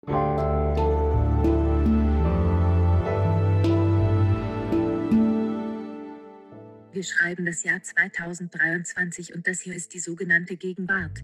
Wir schreiben das Jahr 2023 und das hier ist die sogenannte Gegenwart.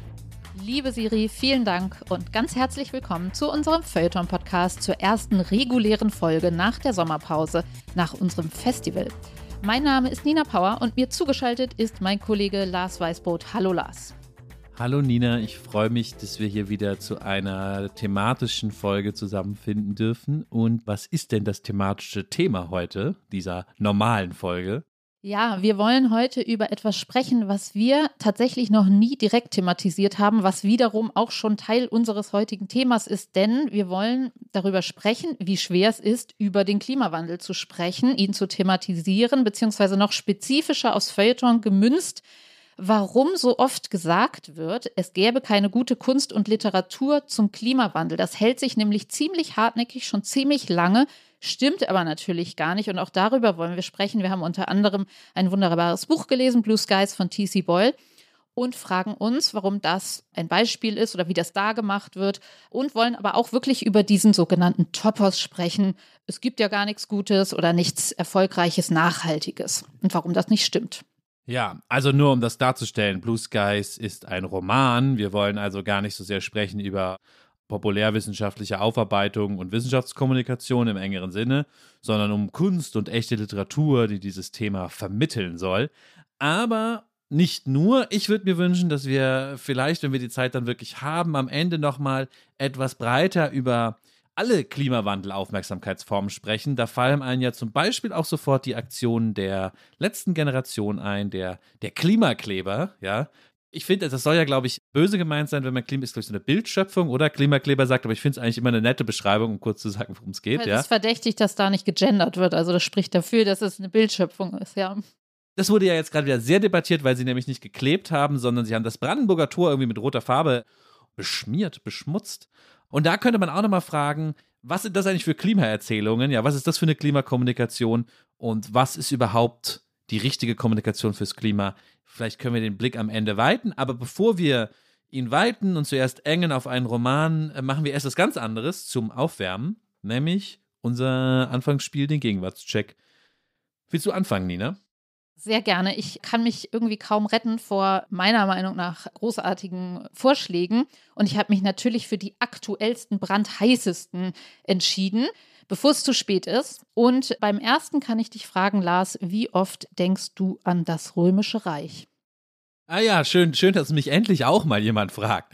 Liebe Siri, vielen Dank und ganz herzlich willkommen zu unserem Feuilleton-Podcast zur ersten regulären Folge nach der Sommerpause, nach unserem Festival. Mein Name ist Nina Power und mir zugeschaltet ist mein Kollege Lars Weißbrot. Hallo Lars. Hallo Nina, ich freue mich, dass wir hier wieder zu einer thematischen Folge zusammenfinden dürfen. Und was ist denn das thematische Thema heute, dieser normalen Folge? Ja, wir wollen heute über etwas sprechen, was wir tatsächlich noch nie direkt thematisiert haben, was wiederum auch schon Teil unseres heutigen Themas ist, denn wir wollen darüber sprechen, wie schwer es ist, über den Klimawandel zu sprechen, ihn zu thematisieren, beziehungsweise noch spezifischer aufs Feuilleton gemünzt, warum so oft gesagt wird, es gäbe keine gute Kunst und Literatur zum Klimawandel. Das hält sich nämlich ziemlich hartnäckig, schon ziemlich lange, stimmt aber natürlich gar nicht. Und auch darüber wollen wir sprechen. Wir haben unter anderem ein wunderbares Buch gelesen, Blue Skies von T.C. Boyle, und fragen uns, warum das ein Beispiel ist oder wie das da gemacht wird, und wollen aber auch wirklich über diesen sogenannten Topos sprechen. Es gibt ja gar nichts Gutes oder nichts Erfolgreiches, Nachhaltiges und warum das nicht stimmt. Ja, also nur um das darzustellen, Blue Skies ist ein Roman. Wir wollen also gar nicht so sehr sprechen über populärwissenschaftliche Aufarbeitung und Wissenschaftskommunikation im engeren Sinne, sondern um Kunst und echte Literatur, die dieses Thema vermitteln soll. Aber nicht nur, ich würde mir wünschen, dass wir vielleicht, wenn wir die Zeit dann wirklich haben, am Ende nochmal etwas breiter über alle Klimawandel-Aufmerksamkeitsformen sprechen. Da fallen einem ja zum Beispiel auch sofort die Aktionen der letzten Generation ein, der Klimakleber, ja. Ich finde, das soll ja, glaube ich, böse gemeint sein, wenn man Klima ist, glaube ich, so eine Bildschöpfung oder Klimakleber sagt, aber ich finde es eigentlich immer eine nette Beschreibung, um kurz zu sagen, worum es geht. Es ist verdächtig, dass da nicht gegendert wird, also das spricht dafür, dass es eine Bildschöpfung ist, ja. Das wurde ja jetzt gerade wieder sehr debattiert, weil sie nämlich nicht geklebt haben, sondern sie haben das Brandenburger Tor irgendwie mit roter Farbe beschmiert, beschmutzt. Und da könnte man auch nochmal fragen, was sind das eigentlich für Klimaerzählungen? Ja, was ist das für eine Klimakommunikation? Und was ist überhaupt die richtige Kommunikation fürs Klima? Vielleicht können wir den Blick am Ende weiten, aber bevor wir ihn weiten und zuerst engen auf einen Roman, machen wir erst was ganz anderes zum Aufwärmen, nämlich unser Anfangsspiel, den Gegenwartscheck. Willst du anfangen, Nina? Sehr gerne. Ich kann mich irgendwie kaum retten vor meiner Meinung nach großartigen Vorschlägen. Und ich habe mich natürlich für die aktuellsten, brandheißesten entschieden, bevor es zu spät ist. Und beim ersten kann ich dich fragen, Lars, wie oft denkst du an das Römische Reich? Ah ja, schön, dass mich endlich auch mal jemand fragt.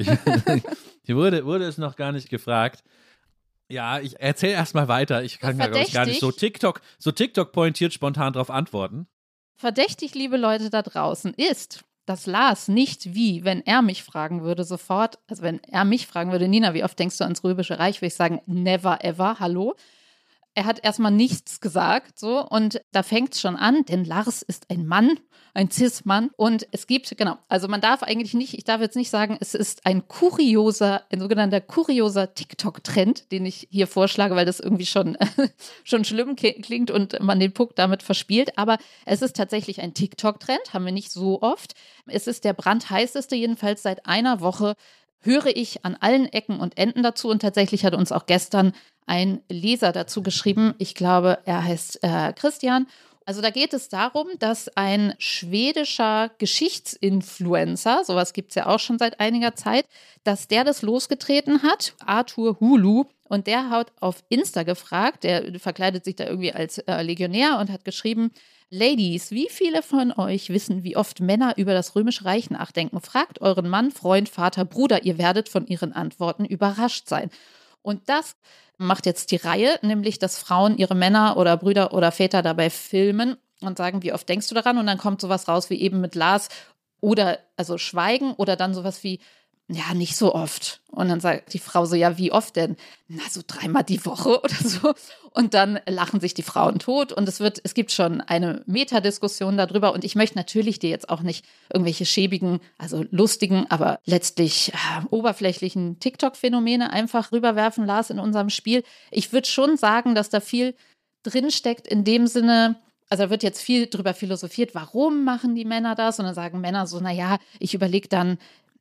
Hier wurde es noch gar nicht gefragt. Ja, ich erzähle erst mal weiter. Ich kann gar nicht so TikTok pointiert spontan drauf antworten. Verdächtig, liebe Leute da draußen, ist, dass Lars nicht wie, wenn er mich fragen würde, sofort, also wenn er mich fragen würde, Nina, wie oft denkst du ans Römische Reich, würde ich sagen, never ever, hallo. Er hat erstmal nichts gesagt, so, und da fängt es schon an, denn Lars ist ein Mann, ein Cis-Mann, und es gibt, genau, also man darf eigentlich nicht, ich darf jetzt nicht sagen, es ist ein sogenannter kurioser TikTok-Trend, den ich hier vorschlage, weil das irgendwie schon schlimm klingt und man den Punkt damit verspielt, aber es ist tatsächlich ein TikTok-Trend, haben wir nicht so oft. Es ist der brandheißeste, jedenfalls seit einer Woche höre ich an allen Ecken und Enden dazu, und tatsächlich hat uns auch gestern ein Leser dazu geschrieben. Ich glaube, er heißt Christian. Also da geht es darum, dass ein schwedischer Geschichtsinfluencer, sowas gibt es ja auch schon seit einiger Zeit, dass der das losgetreten hat, Arthur Hulu. Und der hat auf Insta gefragt, der verkleidet sich da irgendwie als Legionär und hat geschrieben: Ladies, wie viele von euch wissen, wie oft Männer über das Römische Reich nachdenken? Fragt euren Mann, Freund, Vater, Bruder, ihr werdet von ihren Antworten überrascht sein. Und das macht jetzt die Reihe, nämlich, dass Frauen ihre Männer oder Brüder oder Väter dabei filmen und sagen, wie oft denkst du daran? Und dann kommt sowas raus wie eben mit Lars oder also Schweigen oder dann sowas wie, ja, nicht so oft. Und dann sagt die Frau so, ja, wie oft denn? Na, so 3-mal die Woche oder so. Und dann lachen sich die Frauen tot und es gibt schon eine Metadiskussion darüber. Und ich möchte natürlich dir jetzt auch nicht irgendwelche schäbigen, also lustigen, aber letztlich oberflächlichen TikTok-Phänomene einfach rüberwerfen, Lars, in unserem Spiel. Ich würde schon sagen, dass da viel drinsteckt in dem Sinne, also da wird jetzt viel drüber philosophiert, warum machen die Männer das? Und dann sagen Männer so, naja, ich überlege dann,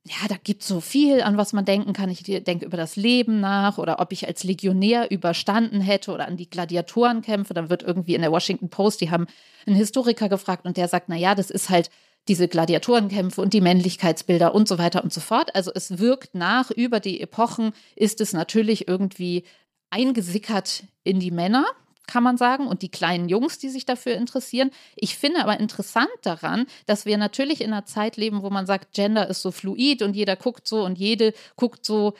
ja, da gibt es so viel, an was man denken kann. Ich denke über das Leben nach oder ob ich als Legionär überstanden hätte oder an die Gladiatorenkämpfe. Dann wird irgendwie in der Washington Post, die haben einen Historiker gefragt und der sagt, naja, das ist halt diese Gladiatorenkämpfe und die Männlichkeitsbilder und so weiter und so fort. Also es wirkt nach, über die Epochen ist es natürlich irgendwie eingesickert in die Männer, kann man sagen, und die kleinen Jungs, die sich dafür interessieren. Ich finde aber interessant daran, dass wir natürlich in einer Zeit leben, wo man sagt, Gender ist so fluid und jeder guckt so und jede guckt so,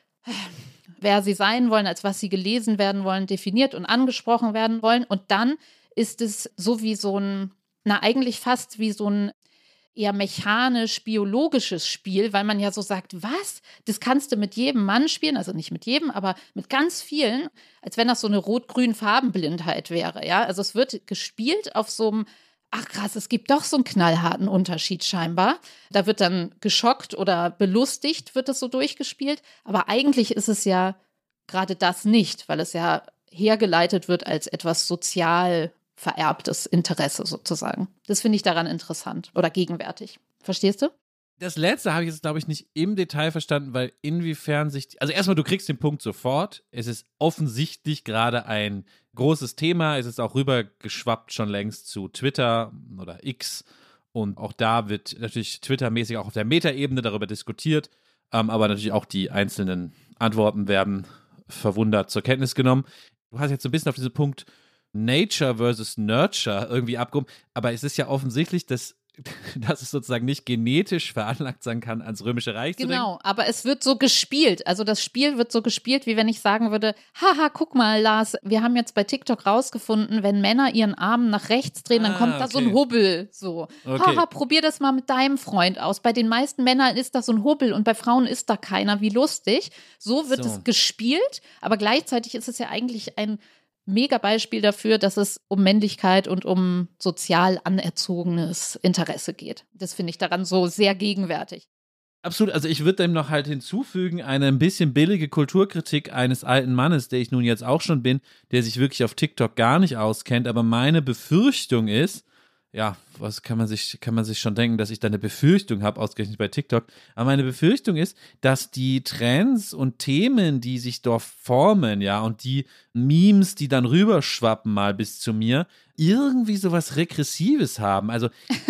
wer sie sein wollen, als was sie gelesen werden wollen, definiert und angesprochen werden wollen. Und dann ist es so wie so ein, eigentlich fast wie so ein eher mechanisch-biologisches Spiel, weil man ja so sagt, was? Das kannst du mit jedem Mann spielen, also nicht mit jedem, aber mit ganz vielen, als wenn das so eine rot-grün Farbenblindheit wäre, ja? Also es wird gespielt auf so einem, ach krass, es gibt doch so einen knallharten Unterschied scheinbar. Da wird dann geschockt oder belustigt, wird es so durchgespielt, aber eigentlich ist es ja gerade das nicht, weil es ja hergeleitet wird als etwas sozial vererbtes Interesse sozusagen. Das finde ich daran interessant oder gegenwärtig. Verstehst du? Das Letzte habe ich jetzt, glaube ich, nicht im Detail verstanden, weil inwiefern sich, also erstmal, du kriegst den Punkt sofort. Es ist offensichtlich gerade ein großes Thema. Es ist auch rübergeschwappt schon längst zu Twitter oder X. Und auch da wird natürlich Twitter-mäßig auch auf der Metaebene darüber diskutiert. Aber natürlich auch die einzelnen Antworten werden verwundert zur Kenntnis genommen. Du hast jetzt so ein bisschen auf diesen Punkt Nature versus Nurture irgendwie abgehoben. Aber es ist ja offensichtlich, dass es sozusagen nicht genetisch veranlagt sein kann, ans Römische Reich zu denken. Genau, aber es wird so gespielt. Also das Spiel wird so gespielt, wie wenn ich sagen würde, haha, guck mal, Lars, wir haben jetzt bei TikTok rausgefunden, wenn Männer ihren Arm nach rechts drehen, dann kommt da so ein Hubbel. So, haha, probier das mal mit deinem Freund aus. Bei den meisten Männern ist da so ein Hubbel und bei Frauen ist da keiner. Wie lustig. So wird es gespielt, aber gleichzeitig ist es ja eigentlich ein mega Beispiel dafür, dass es um Männlichkeit und um sozial anerzogenes Interesse geht. Das finde ich daran so sehr gegenwärtig. Absolut, also ich würde dem noch halt hinzufügen, eine ein bisschen billige Kulturkritik eines alten Mannes, der ich nun jetzt auch schon bin, der sich wirklich auf TikTok gar nicht auskennt, aber meine Befürchtung ist, ja, was kann man sich schon denken, dass ich da eine Befürchtung habe, ausgerechnet bei TikTok. Aber meine Befürchtung ist, dass die Trends und Themen, die sich dort formen, ja, und die Memes, die dann rüberschwappen mal bis zu mir, irgendwie sowas Regressives haben. Also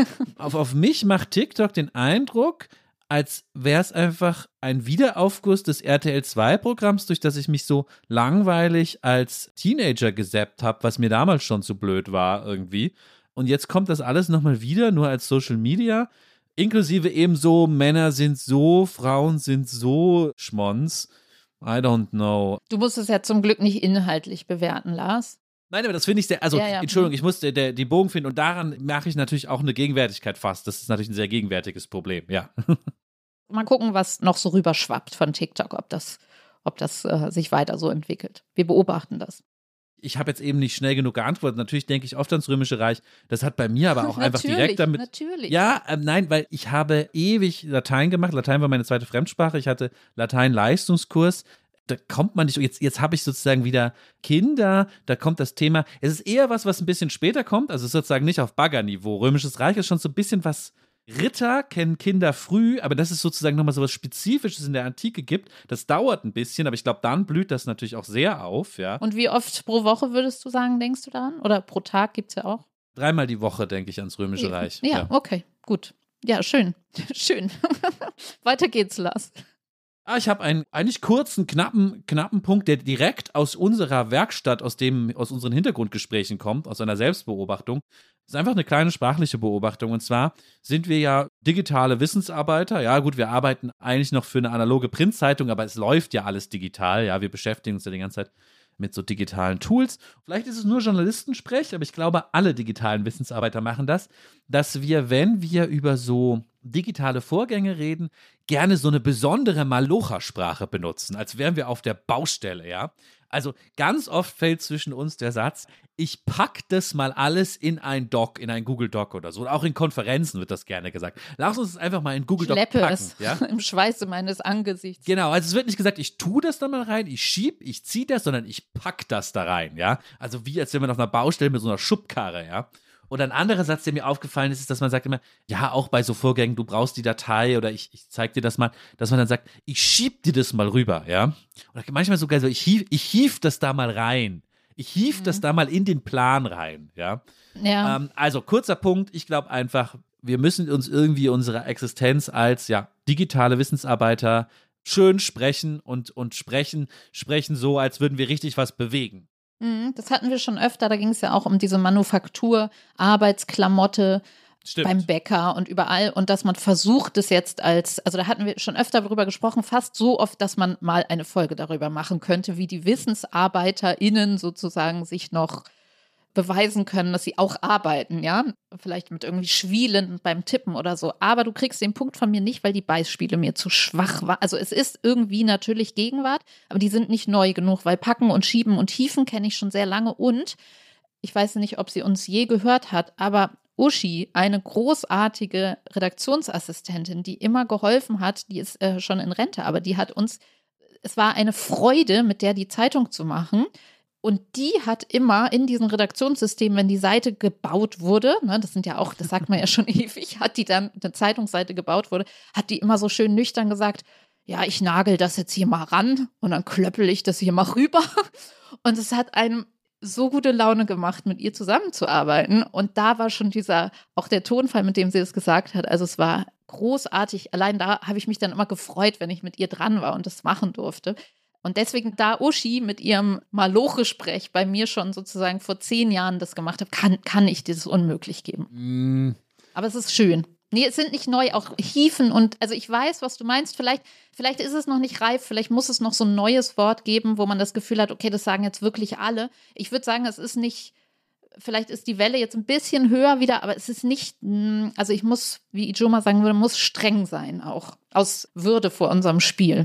auf mich macht TikTok den Eindruck, als wäre es einfach ein Wiederaufguss des RTL-2-Programms, durch das ich mich so langweilig als Teenager gesappt habe, was mir damals schon zu blöd war irgendwie. Und jetzt kommt das alles nochmal wieder, nur als Social Media, inklusive eben so, Männer sind so, Frauen sind so, Schmonz. I don't know. Du musst es ja zum Glück nicht inhaltlich bewerten, Lars. Nein, aber das finde ich sehr, also Entschuldigung, ich musste die Bogen finden und daran mache ich natürlich auch eine Gegenwärtigkeit fast. Das ist natürlich ein sehr gegenwärtiges Problem, ja. Mal gucken, was noch so rüberschwappt von TikTok, ob das sich weiter so entwickelt. Wir beobachten das. Ich habe jetzt eben nicht schnell genug geantwortet. Natürlich denke ich oft ans Römische Reich. Das hat bei mir aber auch einfach direkt damit. Natürlich. Ja, nein, weil ich habe ewig Latein gemacht. Latein war meine zweite Fremdsprache. Ich hatte Latein-Leistungskurs. Da kommt man nicht, jetzt habe ich sozusagen wieder Kinder, da kommt das Thema. Es ist eher was ein bisschen später kommt. Also sozusagen nicht auf Baggerniveau. Römisches Reich ist schon so ein bisschen was. Ritter kennen Kinder früh, aber dass es sozusagen nochmal so was Spezifisches in der Antike gibt, das dauert ein bisschen, aber ich glaube, dann blüht das natürlich auch sehr auf, ja. Und wie oft pro Woche würdest du sagen, denkst du daran? Oder pro Tag gibt es ja auch? 3-mal die Woche denke ich ans Römische Reich. Ja, okay, gut. Ja, schön. Schön. Weiter geht's, Lars. Ich habe einen eigentlich kurzen, knappen Punkt, der direkt aus unserer Werkstatt, aus unseren Hintergrundgesprächen kommt, aus einer Selbstbeobachtung. Das ist einfach eine kleine sprachliche Beobachtung. Und zwar sind wir ja digitale Wissensarbeiter. Ja, gut, wir arbeiten eigentlich noch für eine analoge Printzeitung, aber es läuft ja alles digital. Ja, wir beschäftigen uns ja die ganze Zeit mit so digitalen Tools. Vielleicht ist es nur Journalistensprech, aber ich glaube, alle digitalen Wissensarbeiter machen das, dass wir, wenn wir über so digitale Vorgänge reden, gerne so eine besondere Malocha-Sprache benutzen, als wären wir auf der Baustelle, ja. Also ganz oft fällt zwischen uns der Satz, ich pack das mal alles in ein Doc, in ein Google Doc oder so. Und auch in Konferenzen wird das gerne gesagt. Lass uns es einfach mal in Google Doc packen. Es ja? Im Schweiße meines Angesichts. Genau, also es wird nicht gesagt, ich tue das da mal rein, ich ziehe das, sondern ich pack das da rein, ja. Also wie als wenn man auf einer Baustelle mit so einer Schubkarre, ja. Und ein anderer Satz, der mir aufgefallen ist, ist, dass man sagt immer, ja, auch bei so Vorgängen, du brauchst die Datei oder ich zeig dir das mal, dass man dann sagt, ich schieb dir das mal rüber, ja. Oder manchmal sogar so, ich hief das da mal rein. Ich hief das da mal in den Plan rein, ja. Ja. Also, kurzer Punkt, ich glaube einfach, wir müssen uns irgendwie unserer Existenz als, digitale Wissensarbeiter schön sprechen und sprechen so, als würden wir richtig was bewegen. Das hatten wir schon öfter, da ging es ja auch um diese Manufaktur, Arbeitsklamotte beim Bäcker und überall und dass man versucht es jetzt also da hatten wir schon öfter darüber gesprochen, fast so oft, dass man mal eine Folge darüber machen könnte, wie die WissensarbeiterInnen sozusagen sich noch beweisen können, dass sie auch arbeiten, ja, vielleicht mit irgendwie Schwielen beim Tippen oder so, aber du kriegst den Punkt von mir nicht, weil die Beispiele mir zu schwach waren, also es ist irgendwie natürlich Gegenwart, aber die sind nicht neu genug, weil Packen und Schieben und Hieven kenne ich schon sehr lange und ich weiß nicht, ob sie uns je gehört hat, aber Uschi, eine großartige Redaktionsassistentin, die immer geholfen hat, die ist schon in Rente, aber die hat uns, es war eine Freude, mit der die Zeitung zu machen. Und die hat immer in diesem Redaktionssystem, wenn die Seite gebaut wurde, ne, das sind ja auch, das sagt man ja schon ewig, hat die dann eine Zeitungsseite gebaut wurde, hat die immer so schön nüchtern gesagt, ja, ich nagel das jetzt hier mal ran und dann klöppel ich das hier mal rüber. Und es hat einem so gute Laune gemacht, mit ihr zusammenzuarbeiten. Und da war schon auch der Tonfall, mit dem sie das gesagt hat. Also es war großartig. Allein da habe ich mich dann immer gefreut, wenn ich mit ihr dran war und das machen durfte. Und deswegen, da Uschi mit ihrem Maloche-Sprech bei mir schon sozusagen vor 10 Jahren das gemacht hat, kann ich dieses unmöglich geben. Aber es ist schön. Nee, es sind nicht neu, auch Hieven und, also ich weiß, was du meinst, vielleicht ist es noch nicht reif, vielleicht muss es noch so ein neues Wort geben, wo man das Gefühl hat, okay, das sagen jetzt wirklich alle. Ich würde sagen, es ist nicht, vielleicht ist die Welle jetzt ein bisschen höher wieder, aber es ist nicht, also ich muss, wie Ijoma sagen würde, muss streng sein auch, aus Würde vor unserem Spiel.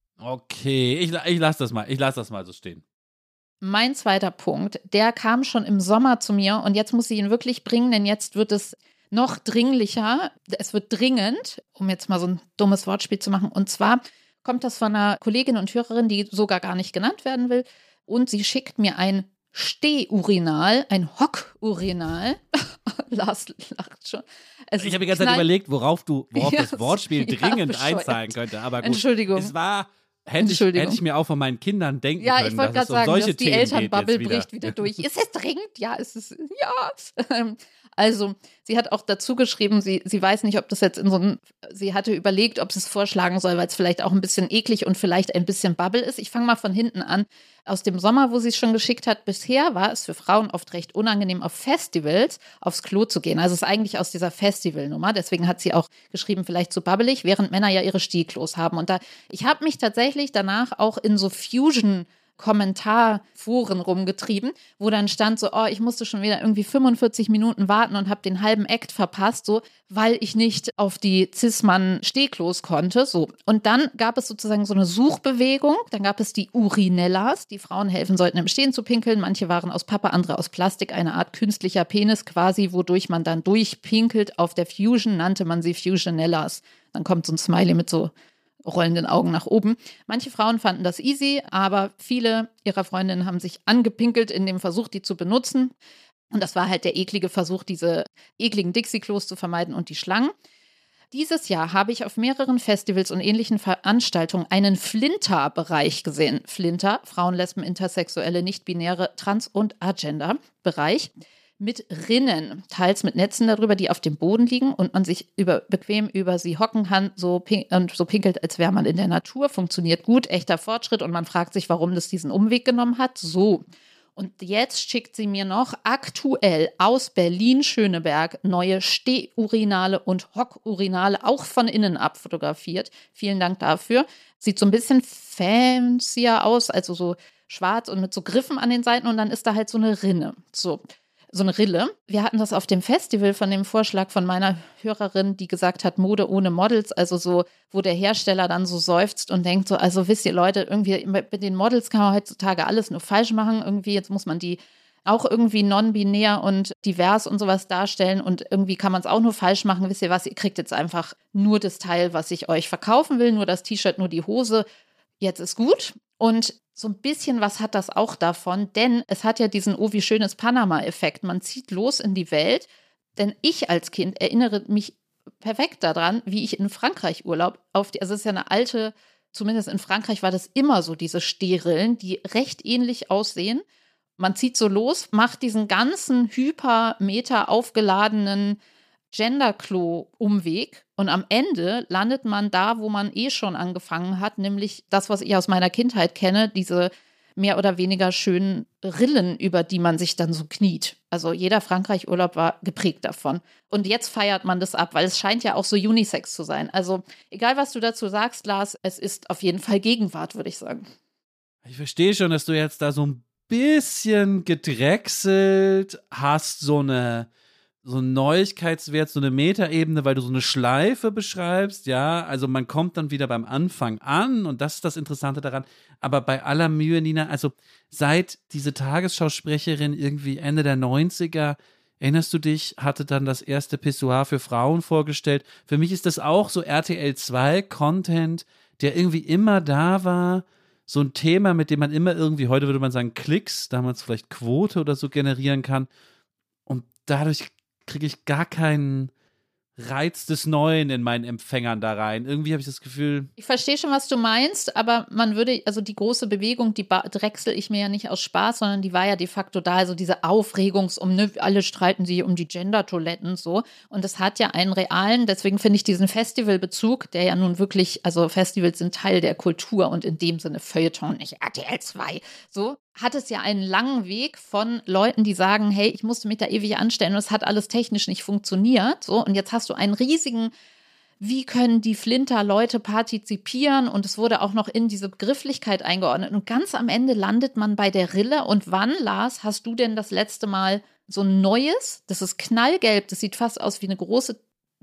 Okay, ich lasse das mal so stehen. Mein zweiter Punkt, der kam schon im Sommer zu mir und jetzt muss ich ihn wirklich bringen, denn jetzt wird es noch dringlicher. Es wird dringend, um jetzt mal so ein dummes Wortspiel zu machen. Und zwar kommt das von einer Kollegin und Hörerin, die sogar gar nicht genannt werden will. Und sie schickt mir ein Stehurinal, ein Hockurinal. Lars lacht schon. Ich habe die ganze Zeit überlegt, worauf das Wortspiel dringend einzahlen könnte. Aber gut, Entschuldigung. Es war, hätte ich mir auch von meinen Kindern denken können, ich wollte gerade dass es um sagen, solche dass die Themen Elternbubble geht bricht wieder durch. Ist es dringend? Ja, ist es. Ja. Also, sie hat auch dazu geschrieben, sie weiß nicht, ob das jetzt sie hatte überlegt, ob sie es vorschlagen soll, weil es vielleicht auch ein bisschen eklig und vielleicht ein bisschen Bubble ist. Ich fange mal von hinten an. Aus dem Sommer, wo sie es schon geschickt hat, bisher war es für Frauen oft recht unangenehm, auf Festivals aufs Klo zu gehen. Also es ist eigentlich aus dieser Festivalnummer. Deswegen hat sie auch geschrieben, vielleicht zu babbelig, während Männer ja ihre Stehklos haben. Und ich habe mich tatsächlich danach auch in so Kommentarforen rumgetrieben, wo dann stand so, ich musste schon wieder irgendwie 45 Minuten warten und habe den halben Act verpasst, so, weil ich nicht auf die Cis-Mann-Stehklos konnte, so. Und dann gab es sozusagen so eine Suchbewegung, dann gab es die Urinellas, die Frauen helfen sollten, im Stehen zu pinkeln, manche waren aus Pappe, andere aus Plastik, eine Art künstlicher Penis quasi, wodurch man dann durchpinkelt. Auf der Fusion nannte man sie Fusionellas. Dann kommt so ein Smiley mit so rollenden Augen nach oben. Manche Frauen fanden das easy, aber viele ihrer Freundinnen haben sich angepinkelt in dem Versuch, die zu benutzen. Und das war halt der eklige Versuch, diese ekligen Dixie-Klos zu vermeiden und die Schlangen. Dieses Jahr habe ich auf mehreren Festivals und ähnlichen Veranstaltungen einen Flinter-Bereich gesehen. Flinter, Frauen, Lesben, Intersexuelle, Nicht-Binäre, Trans- und Agender-Bereich. Mit Rinnen, teils mit Netzen darüber, die auf dem Boden liegen und man sich bequem über sie hocken kann, so pinkelt, als wäre man in der Natur. Funktioniert gut, echter Fortschritt und man fragt sich, warum das diesen Umweg genommen hat. So, und jetzt schickt sie mir noch aktuell aus Berlin-Schöneberg neue Stehurinale und Hockurinale, auch von innen abfotografiert. Vielen Dank dafür. Sieht so ein bisschen fancier aus, also so schwarz und mit so Griffen an den Seiten und dann ist da halt so eine Rinne. So eine Rille. Wir hatten das auf dem Festival von dem Vorschlag von meiner Hörerin, die gesagt hat, Mode ohne Models, also so, wo der Hersteller dann so seufzt und denkt so, also wisst ihr Leute, irgendwie mit den Models kann man heutzutage alles nur falsch machen, irgendwie jetzt muss man die auch irgendwie non-binär und divers und sowas darstellen und irgendwie kann man es auch nur falsch machen, wisst ihr was, ihr kriegt jetzt einfach nur das Teil, was ich euch verkaufen will, nur das T-Shirt, nur die Hose. Jetzt ist gut. Und so ein bisschen was hat das auch davon, denn es hat ja diesen wie schön ist Panama-Effekt. Man zieht los in die Welt, denn ich als Kind erinnere mich perfekt daran, wie ich in Frankreich Urlaub also es ist ja eine alte, zumindest in Frankreich war das immer so, diese Stehrillen, die recht ähnlich aussehen. Man zieht so los, macht diesen ganzen Hypermeter aufgeladenen Genderklo-Umweg und am Ende landet man da, wo man schon angefangen hat, nämlich das, was ich aus meiner Kindheit kenne, diese mehr oder weniger schönen Rillen, über die man sich dann so kniet. Also jeder Frankreich-Urlaub war geprägt davon. Und jetzt feiert man das ab, weil es scheint ja auch so unisex zu sein. Also egal, was du dazu sagst, Lars, es ist auf jeden Fall Gegenwart, würde ich sagen. Ich verstehe schon, dass du jetzt da so ein bisschen gedrechselt hast, so einen Neuigkeitswert, so eine Metaebene, weil du so eine Schleife beschreibst, ja, also man kommt dann wieder beim Anfang an und das ist das Interessante daran, aber bei aller Mühe, Nina, also seit diese Tagesschausprecherin irgendwie Ende der 90er, erinnerst du dich, hatte dann das erste Pissoir für Frauen vorgestellt, für mich ist das auch so RTL 2 Content, der irgendwie immer da war, so ein Thema, mit dem man immer irgendwie, heute würde man sagen Klicks, damals vielleicht Quote oder so generieren kann und dadurch kriege ich gar keinen Reiz des Neuen in meinen Empfängern da rein. Irgendwie habe ich das Gefühl. Ich verstehe schon, was du meinst, aber man würde, also die große Bewegung, die drechsel ich mir ja nicht aus Spaß, sondern die war ja de facto da, also diese Aufregungs alle streiten sich um die Gender-Toiletten so. Und das hat ja einen realen, deswegen finde ich diesen Festivalbezug, der ja nun wirklich, also Festivals sind Teil der Kultur und in dem Sinne Feuilleton, nicht RTL 2, so. Hat es ja einen langen Weg von Leuten, die sagen, hey, ich musste mich da ewig anstellen und es hat alles technisch nicht funktioniert. So, und jetzt hast du einen riesigen, wie können die Flinter-Leute partizipieren? Und es wurde auch noch in diese Begrifflichkeit eingeordnet. Und ganz am Ende landet man bei der Rille. Und wann, Lars, hast du denn das letzte Mal so ein neues, das ist knallgelb, das sieht fast aus wie eine große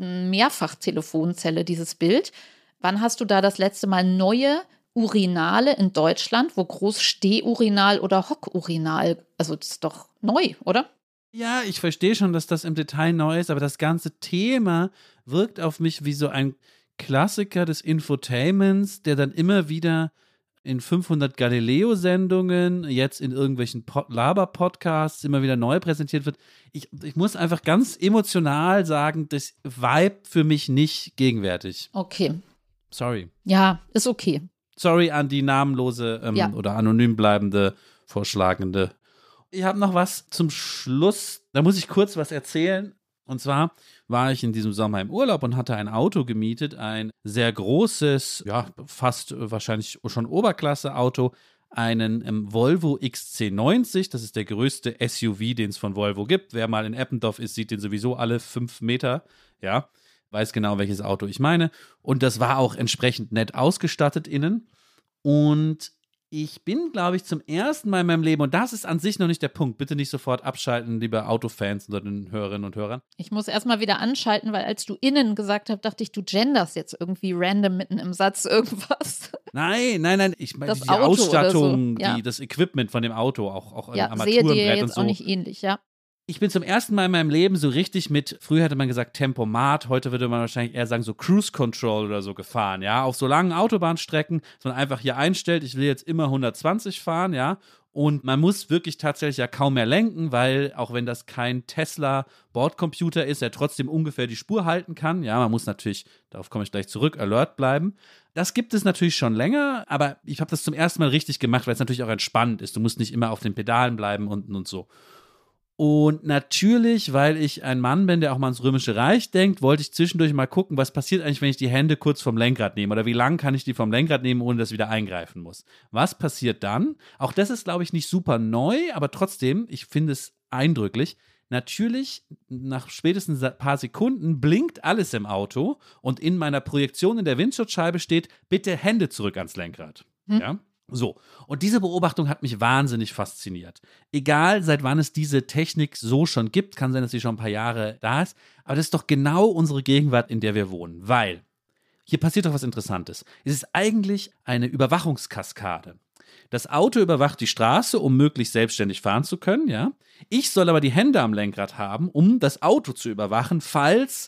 Mehrfachtelefonzelle, dieses Bild. Wann hast du da das letzte Mal neue Urinale in Deutschland, wo groß Stehurinal oder Hockurinal, also das ist doch neu, oder? Ja, ich verstehe schon, dass das im Detail neu ist, aber das ganze Thema wirkt auf mich wie so ein Klassiker des Infotainments, der dann immer wieder in 500 Galileo-Sendungen, jetzt in irgendwelchen Laber-Podcasts immer wieder neu präsentiert wird. Ich muss einfach ganz emotional sagen, das Vibe für mich nicht gegenwärtig. Okay. Sorry. Ja, ist okay. Sorry an die namenlose oder anonym bleibende Vorschlagende. Ich habe noch was zum Schluss. Da muss ich kurz was erzählen. Und zwar war ich in diesem Sommer im Urlaub und hatte ein Auto gemietet. Ein sehr großes, ja, fast wahrscheinlich schon Oberklasse-Auto. Einen Volvo XC90. Das ist der größte SUV, den es von Volvo gibt. Wer mal in Eppendorf ist, sieht den sowieso alle 5 Meter. Ja. Weiß genau, welches Auto ich meine. Und das war auch entsprechend nett ausgestattet innen. Und ich bin, glaube ich, zum ersten Mal in meinem Leben, und das ist an sich noch nicht der Punkt, bitte nicht sofort abschalten, liebe Autofans unter den Hörerinnen und Hörern. Ich muss erstmal wieder anschalten, weil als du innen gesagt hast, dachte ich, du genderst jetzt irgendwie random mitten im Satz irgendwas. Nein, ich meine die Auto Ausstattung, so. Ja. Das Equipment von dem Auto, auch ja, Armaturenbrett sehe dir jetzt und so. Auch nicht ähnlich, ja. Ich bin zum ersten Mal in meinem Leben so richtig mit, früher hätte man gesagt Tempomat, heute würde man wahrscheinlich eher sagen so Cruise Control oder so gefahren, ja, auf so langen Autobahnstrecken, dass man einfach hier einstellt, ich will jetzt immer 120 fahren, ja, und man muss wirklich tatsächlich ja kaum mehr lenken, weil auch wenn das kein Tesla-Bordcomputer ist, er trotzdem ungefähr die Spur halten kann, ja, man muss natürlich, darauf komme ich gleich zurück, alert bleiben. Das gibt es natürlich schon länger, aber ich habe das zum ersten Mal richtig gemacht, weil es natürlich auch entspannt ist, du musst nicht immer auf den Pedalen bleiben und so. Und natürlich, weil ich ein Mann bin, der auch mal ans Römische Reich denkt, wollte ich zwischendurch mal gucken, was passiert eigentlich, wenn ich die Hände kurz vom Lenkrad nehme oder wie lang kann ich die vom Lenkrad nehmen, ohne dass ich wieder eingreifen muss. Was passiert dann? Auch das ist, glaube ich, nicht super neu, aber trotzdem, ich finde es eindrücklich. Natürlich, nach spätestens ein paar Sekunden blinkt alles im Auto und in meiner Projektion in der Windschutzscheibe steht, bitte Hände zurück ans Lenkrad. Ja? So, und diese Beobachtung hat mich wahnsinnig fasziniert. Egal, seit wann es diese Technik so schon gibt, kann sein, dass sie schon ein paar Jahre da ist, aber das ist doch genau unsere Gegenwart, in der wir wohnen, weil hier passiert doch was Interessantes. Es ist eigentlich eine Überwachungskaskade. Das Auto überwacht die Straße, um möglichst selbstständig fahren zu können, ja. Ich soll aber die Hände am Lenkrad haben, um das Auto zu überwachen, falls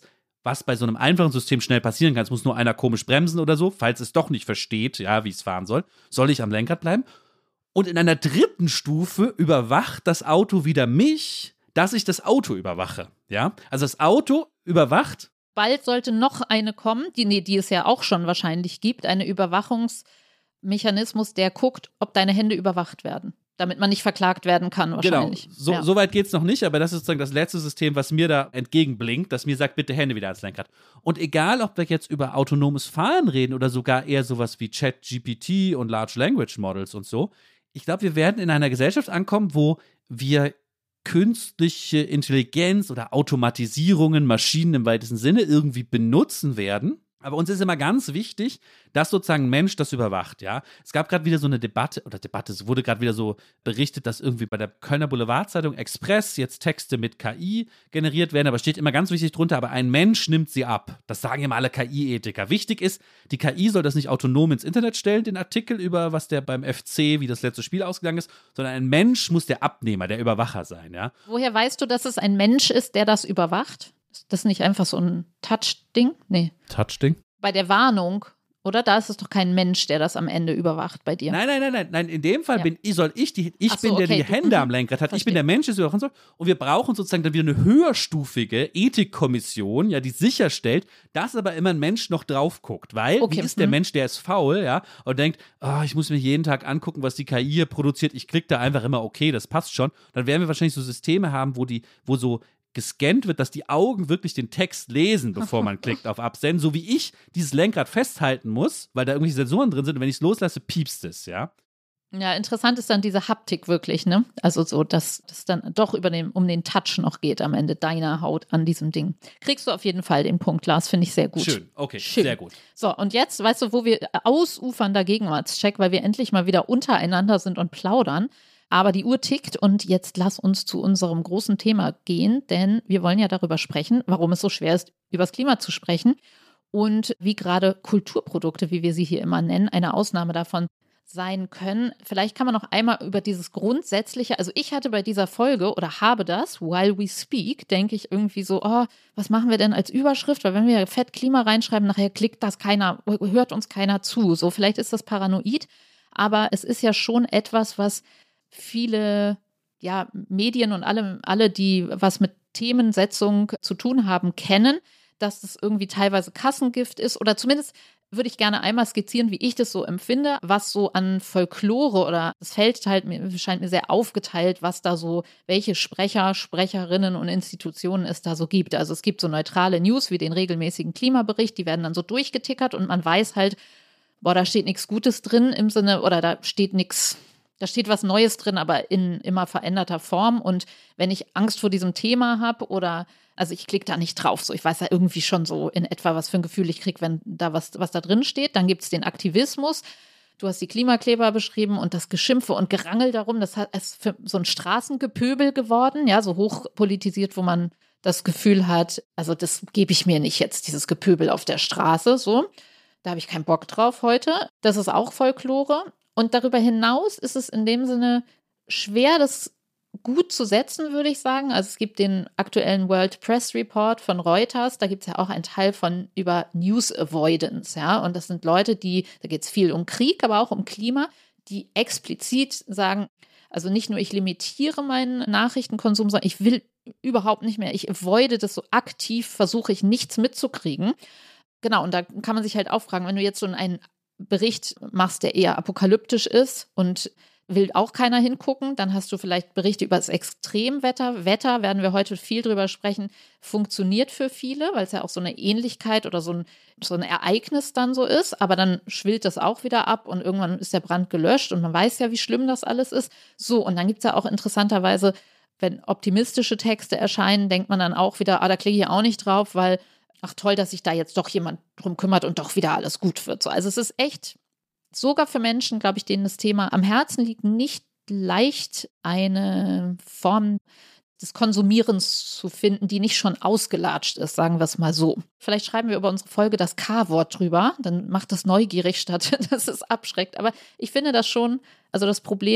was bei so einem einfachen System schnell passieren kann. Es muss nur einer komisch bremsen oder so, falls es doch nicht versteht, ja, wie es fahren soll. Soll ich am Lenkrad bleiben? Und in einer dritten Stufe überwacht das Auto wieder mich, dass ich das Auto überwache. Ja? Also das Auto überwacht. Bald sollte noch eine kommen, die es ja auch schon wahrscheinlich gibt, eine Überwachungsmechanismus, der guckt, ob deine Hände überwacht werden, damit man nicht verklagt werden kann wahrscheinlich. Genau, so weit geht es noch nicht, aber das ist sozusagen das letzte System, was mir da entgegenblinkt, das mir sagt, bitte Hände wieder ans Lenkrad. Und egal, ob wir jetzt über autonomes Fahren reden oder sogar eher sowas wie ChatGPT und Large Language Models und so, ich glaube, wir werden in einer Gesellschaft ankommen, wo wir künstliche Intelligenz oder Automatisierungen, Maschinen im weitesten Sinne irgendwie benutzen werden. Aber uns ist immer ganz wichtig, dass sozusagen ein Mensch das überwacht, ja. Es gab gerade wieder so eine Debatte, es wurde gerade wieder so berichtet, dass irgendwie bei der Kölner Boulevardzeitung Express jetzt Texte mit KI generiert werden, aber steht immer ganz wichtig drunter, aber ein Mensch nimmt sie ab. Das sagen immer alle KI-Ethiker. Wichtig ist, die KI soll das nicht autonom ins Internet stellen, den Artikel über, was der beim FC, wie das letzte Spiel ausgegangen ist, sondern ein Mensch muss der Abnehmer, der Überwacher sein, ja. Woher weißt du, dass es ein Mensch ist, der das überwacht? Ist das nicht einfach so ein Touch-Ding? Nee. Touch-Ding? Bei der Warnung, oder? Da ist es doch kein Mensch, der das am Ende überwacht bei dir. Nein. In dem Fall bin ich, der die Hände am Lenkrad hat. Verstehe. Ich bin der Mensch, der es überwachen soll. Und wir brauchen sozusagen dann wieder eine höherstufige Ethikkommission, ja, die sicherstellt, dass aber immer ein Mensch noch drauf guckt. Weil, wie ist der Mensch, der ist faul, ja, und denkt, ich muss mir jeden Tag angucken, was die KI hier produziert. Ich klicke da einfach immer, okay, das passt schon. Dann werden wir wahrscheinlich so Systeme haben, wo so gescannt wird, dass die Augen wirklich den Text lesen, bevor man klickt auf Absenden, so wie ich dieses Lenkrad festhalten muss, weil da irgendwelche Sensoren drin sind und wenn ich es loslasse, piepst es, ja. Ja, interessant ist dann diese Haptik wirklich, ne? Also so, dass es dann doch um den Touch noch geht am Ende deiner Haut an diesem Ding. Kriegst du auf jeden Fall den Punkt, Lars, finde ich sehr gut. Schön, okay, sehr gut. So, und jetzt, weißt du, wo wir ausufernder Gegenwartscheck, weil wir endlich mal wieder untereinander sind und plaudern. Aber die Uhr tickt und jetzt lass uns zu unserem großen Thema gehen, denn wir wollen ja darüber sprechen, warum es so schwer ist, über das Klima zu sprechen und wie gerade Kulturprodukte, wie wir sie hier immer nennen, eine Ausnahme davon sein können. Vielleicht kann man noch einmal über dieses Grundsätzliche, also ich hatte bei dieser Folge oder habe das, while we speak, denke ich irgendwie so, was machen wir denn als Überschrift? Weil wenn wir fett Klima reinschreiben, nachher klickt das keiner, hört uns keiner zu. So, vielleicht ist das paranoid, aber es ist ja schon etwas, was viele Medien und alle, die was mit Themensetzung zu tun haben, kennen, dass das irgendwie teilweise Kassengift ist oder zumindest würde ich gerne einmal skizzieren, wie ich das so empfinde, was so an Folklore oder das Feld scheint mir sehr aufgeteilt, was da so, welche Sprecher, Sprecherinnen und Institutionen es da so gibt. Also es gibt so neutrale News wie den regelmäßigen Klimabericht, die werden dann so durchgetickert und man weiß halt, da steht nichts Gutes drin im Sinne, oder da steht was Neues drin, aber in immer veränderter Form. Und wenn ich Angst vor diesem Thema habe also ich klicke da nicht drauf, so ich weiß ja irgendwie schon so in etwa, was für ein Gefühl ich kriege, wenn da was da drin steht. Dann gibt es den Aktivismus. Du hast die Klimakleber beschrieben und das Geschimpfe und Gerangel darum. Das ist für so ein Straßengepöbel geworden, ja, so hochpolitisiert, wo man das Gefühl hat, also das gebe ich mir nicht jetzt, dieses Gepöbel auf der Straße, so. Da habe ich keinen Bock drauf heute. Das ist auch Folklore. Und darüber hinaus ist es in dem Sinne schwer, das gut zu setzen, würde ich sagen. Also es gibt den aktuellen World Press Report von Reuters, da gibt es ja auch einen Teil über News Avoidance, ja. Und das sind Leute, da geht es viel um Krieg, aber auch um Klima, die explizit sagen, also nicht nur ich limitiere meinen Nachrichtenkonsum, sondern ich will überhaupt nicht mehr, ich avoide das so aktiv, versuche ich nichts mitzukriegen. Genau, und da kann man sich halt auch fragen, wenn du jetzt so einen Bericht machst, der eher apokalyptisch ist und will auch keiner hingucken, dann hast du vielleicht Berichte über das Extremwetter. Wetter, werden wir heute viel drüber sprechen, funktioniert für viele, weil es ja auch so eine Ähnlichkeit oder so ein Ereignis dann so ist, aber dann schwillt das auch wieder ab und irgendwann ist der Brand gelöscht und man weiß ja, wie schlimm das alles ist. So, und dann gibt es ja auch interessanterweise, wenn optimistische Texte erscheinen, denkt man dann auch wieder, da klicke ich auch nicht drauf, weil ach toll, dass sich da jetzt doch jemand drum kümmert und doch wieder alles gut wird. So, also es ist echt, sogar für Menschen, glaube ich, denen das Thema am Herzen liegt, nicht leicht eine Form des Konsumierens zu finden, die nicht schon ausgelatscht ist, sagen wir es mal so. Vielleicht schreiben wir über unsere Folge das K-Wort drüber, dann macht das neugierig statt, dass es abschreckt. Aber ich finde das schon, also das Problem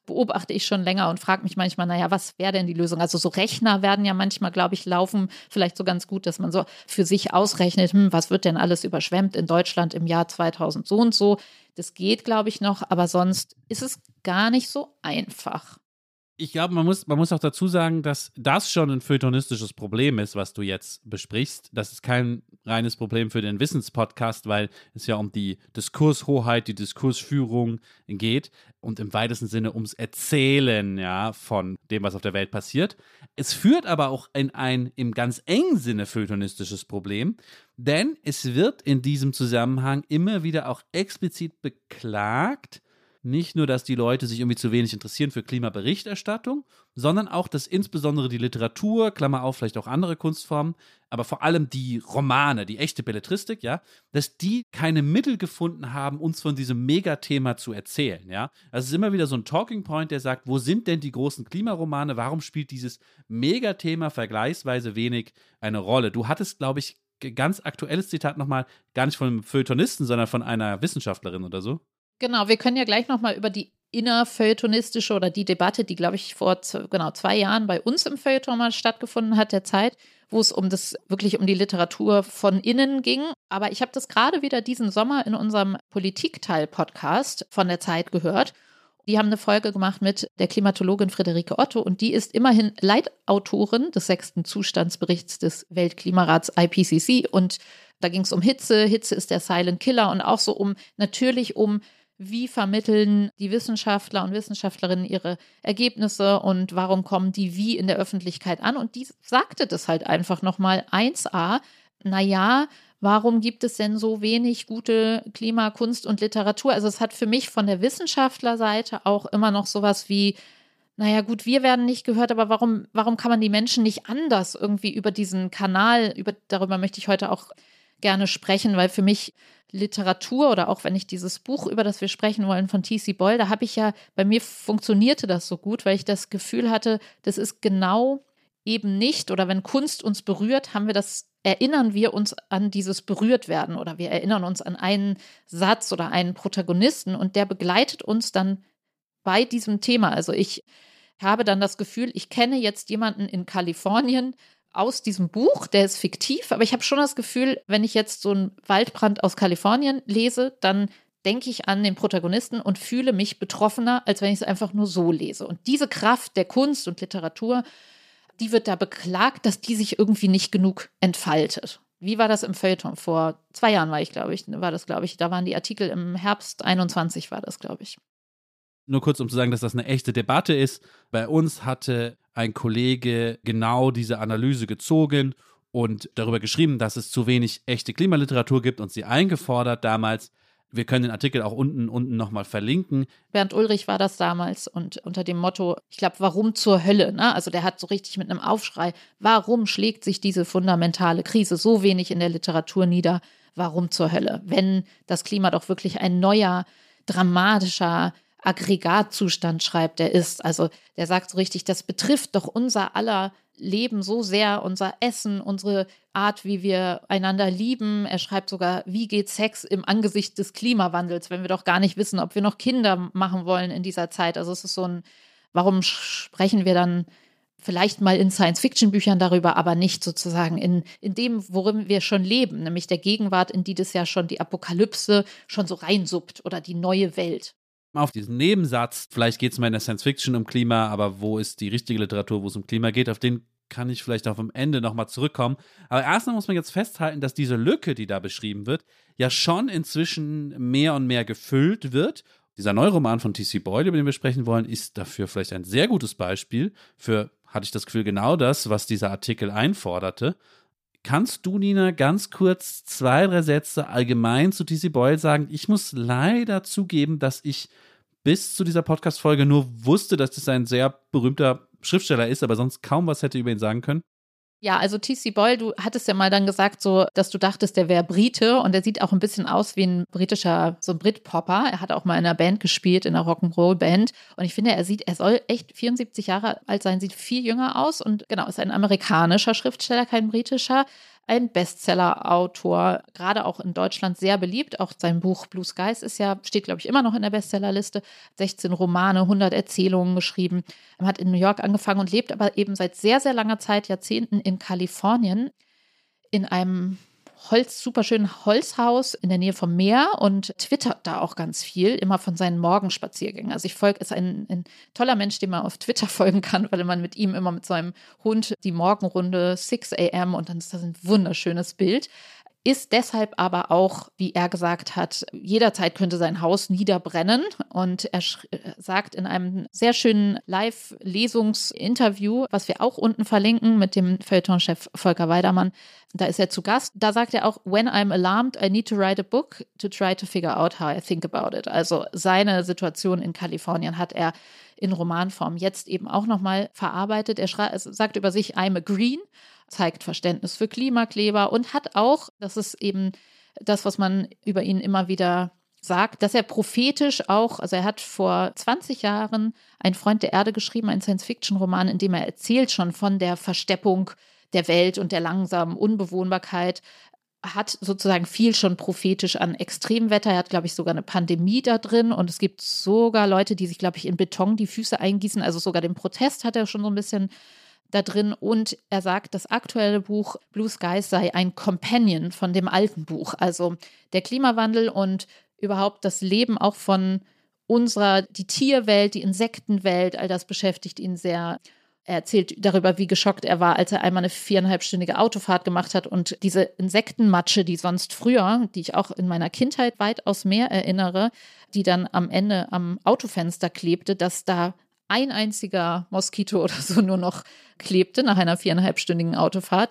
beobachte ich schon länger und frage mich manchmal, naja, was wäre denn die Lösung? Also so Rechner werden ja manchmal, glaube ich, laufen vielleicht so ganz gut, dass man so für sich ausrechnet, was wird denn alles überschwemmt in Deutschland im Jahr 2000 so und so. Das geht, glaube ich, noch, aber sonst ist es gar nicht so einfach. Ich glaube, man muss auch dazu sagen, dass das schon ein feuilletonistisches Problem ist, was du jetzt besprichst. Das ist kein reines Problem für den Wissenspodcast, weil es ja um die Diskurshoheit, die Diskursführung geht und im weitesten Sinne ums Erzählen, ja, von dem, was auf der Welt passiert. Es führt aber auch in ein im ganz engen Sinne feuilletonistisches Problem, denn es wird in diesem Zusammenhang immer wieder auch explizit beklagt, nicht nur, dass die Leute sich irgendwie zu wenig interessieren für Klimaberichterstattung, sondern auch, dass insbesondere die Literatur, Klammer auf, vielleicht auch andere Kunstformen, aber vor allem die Romane, die echte Belletristik, ja, dass die keine Mittel gefunden haben, uns von diesem Megathema zu erzählen, ja. Also es ist immer wieder so ein Talking Point, der sagt, wo sind denn die großen Klimaromane? Warum spielt dieses Megathema vergleichsweise wenig eine Rolle? Du hattest, glaube ich, ganz aktuelles Zitat nochmal, gar nicht von einem Feuilletonisten, sondern von einer Wissenschaftlerin oder so. Genau, wir können ja gleich nochmal über die innerfeuilletonistische oder die Debatte, die, glaube ich, vor 2 Jahren bei uns im Feuilleton mal stattgefunden hat, der Zeit, wo es wirklich um die Literatur von innen ging. Aber ich habe das gerade wieder diesen Sommer in unserem Politikteil-Podcast von der Zeit gehört. Die haben eine Folge gemacht mit der Klimatologin Friederike Otto und die ist immerhin Leitautorin des 6. Zustandsberichts des Weltklimarats IPCC und da ging es um Hitze. Hitze ist der Silent Killer und auch so natürlich um wie vermitteln die Wissenschaftler und Wissenschaftlerinnen ihre Ergebnisse und warum kommen die wie in der Öffentlichkeit an? Und die sagte das halt einfach nochmal 1a, naja, warum gibt es denn so wenig gute Klimakunst und Literatur? Also es hat für mich von der Wissenschaftlerseite auch immer noch sowas wie, naja gut, wir werden nicht gehört, aber warum kann man die Menschen nicht anders irgendwie über diesen Kanal, darüber möchte ich heute auch gerne sprechen, weil für mich Literatur oder auch wenn ich dieses Buch, über das wir sprechen wollen, von T.C. Boyle, da habe ich ja, bei mir funktionierte das so gut, weil ich das Gefühl hatte, das ist genau eben nicht, oder wenn Kunst uns berührt, erinnern wir uns an dieses Berührtwerden oder wir erinnern uns an einen Satz oder einen Protagonisten und der begleitet uns dann bei diesem Thema. Also ich habe dann das Gefühl, ich kenne jetzt jemanden in Kalifornien aus diesem Buch, der ist fiktiv, aber ich habe schon das Gefühl, wenn ich jetzt so einen Waldbrand aus Kalifornien lese, dann denke ich an den Protagonisten und fühle mich betroffener, als wenn ich es einfach nur so lese. Und diese Kraft der Kunst und Literatur, die wird da beklagt, dass die sich irgendwie nicht genug entfaltet. Wie war das im Feuilleton? Vor 2 Jahren war das, glaube ich. Da waren die Artikel im Herbst 21 war das, glaube ich. Nur kurz, um zu sagen, dass das eine echte Debatte ist. Bei uns hatte ein Kollege genau diese Analyse gezogen und darüber geschrieben, dass es zu wenig echte Klimaliteratur gibt und sie eingefordert damals. Wir können den Artikel auch unten nochmal verlinken. Bernd Ulrich war das damals und unter dem Motto, ich glaube, warum zur Hölle? Ne? Also der hat so richtig mit einem Aufschrei, warum schlägt sich diese fundamentale Krise so wenig in der Literatur nieder? Warum zur Hölle? Wenn das Klima doch wirklich ein neuer, dramatischer Aggregatzustand schreibt, der ist. Also der sagt so richtig, das betrifft doch unser aller Leben so sehr, unser Essen, unsere Art, wie wir einander lieben. Er schreibt sogar, wie geht Sex im Angesicht des Klimawandels, wenn wir doch gar nicht wissen, ob wir noch Kinder machen wollen in dieser Zeit. Also es ist so warum sprechen wir dann vielleicht mal in Science-Fiction-Büchern darüber, aber nicht sozusagen in dem, worin wir schon leben, nämlich der Gegenwart, in die das ja schon die Apokalypse schon so reinsuppt oder die neue Welt. Auf diesen Nebensatz, vielleicht geht es mal in der Science-Fiction um Klima, aber wo ist die richtige Literatur, wo es um Klima geht, auf den kann ich vielleicht auch am Ende nochmal zurückkommen. Aber erstmal muss man jetzt festhalten, dass diese Lücke, die da beschrieben wird, ja schon inzwischen mehr und mehr gefüllt wird. Dieser Neuroman von T.C. Boyle, über den wir sprechen wollen, ist dafür vielleicht ein sehr gutes Beispiel für, hatte ich das Gefühl, genau das, was dieser Artikel einforderte. Kannst du, Nina, ganz kurz 2, 3 Sätze allgemein zu T.C. Boyle sagen? Ich muss leider zugeben, dass ich bis zu dieser Podcast-Folge nur wusste, dass das ein sehr berühmter Schriftsteller ist, aber sonst kaum was hätte über ihn sagen können. Ja, also T.C. Boyle, du hattest ja mal dann gesagt, so, dass du dachtest, der wäre Brite und der sieht auch ein bisschen aus wie ein Brit-Popper. Er hat auch mal in einer Band gespielt, in einer Rock'n'Roll-Band und ich finde, er soll echt 74 Jahre alt sein, sieht viel jünger aus und genau, ist ein amerikanischer Schriftsteller, kein britischer. ein Bestseller-Autor, gerade auch in Deutschland sehr beliebt. Auch sein Buch Blue Skies steht, glaube ich, immer noch in der Bestsellerliste. 16 Romane, 100 Erzählungen geschrieben. Er hat in New York angefangen und lebt aber eben seit sehr, sehr langer Zeit, Jahrzehnten in Kalifornien, in einem superschönen Holzhaus in der Nähe vom Meer und twittert da auch ganz viel, immer von seinen Morgenspaziergängen. Also ist ein toller Mensch, dem man auf Twitter folgen kann, weil man mit ihm immer mit seinem Hund die Morgenrunde 6 a.m. und dann ist das ein wunderschönes Bild. Ist deshalb aber auch, wie er gesagt hat, jederzeit könnte sein Haus niederbrennen. Und er sagt in einem sehr schönen Live-Lesungsinterview, was wir auch unten verlinken mit dem Feuilleton-Chef Volker Weidermann, da ist er zu Gast, da sagt er auch, when I'm alarmed, I need to write a book to try to figure out how I think about it. Also seine Situation in Kalifornien hat er in Romanform jetzt eben auch nochmal verarbeitet. Er sagt über sich, I'm a green, zeigt Verständnis für Klimakleber und hat auch, das ist eben das, was man über ihn immer wieder sagt, dass er prophetisch auch, also er hat vor 20 Jahren Ein Freund der Erde geschrieben, einen Science-Fiction-Roman, in dem er erzählt schon von der Versteppung der Welt und der langsamen Unbewohnbarkeit, hat sozusagen viel schon prophetisch an Extremwetter. Er hat, glaube ich, sogar eine Pandemie da drin und es gibt sogar Leute, die sich, glaube ich, in Beton die Füße eingießen, also sogar den Protest hat er schon so ein bisschen da drin und er sagt, das aktuelle Buch Blue Skies sei ein Companion von dem alten Buch. Also der Klimawandel und überhaupt das Leben auch von die Tierwelt, die Insektenwelt, all das beschäftigt ihn sehr. Er erzählt darüber, wie geschockt er war, als er einmal eine 4,5-stündige Autofahrt gemacht hat und diese Insektenmatsche, die sonst früher, die ich auch in meiner Kindheit weitaus mehr erinnere, die dann am Ende am Autofenster klebte, dass da ein einziger Moskito oder so nur noch klebte nach einer 4,5-stündigen Autofahrt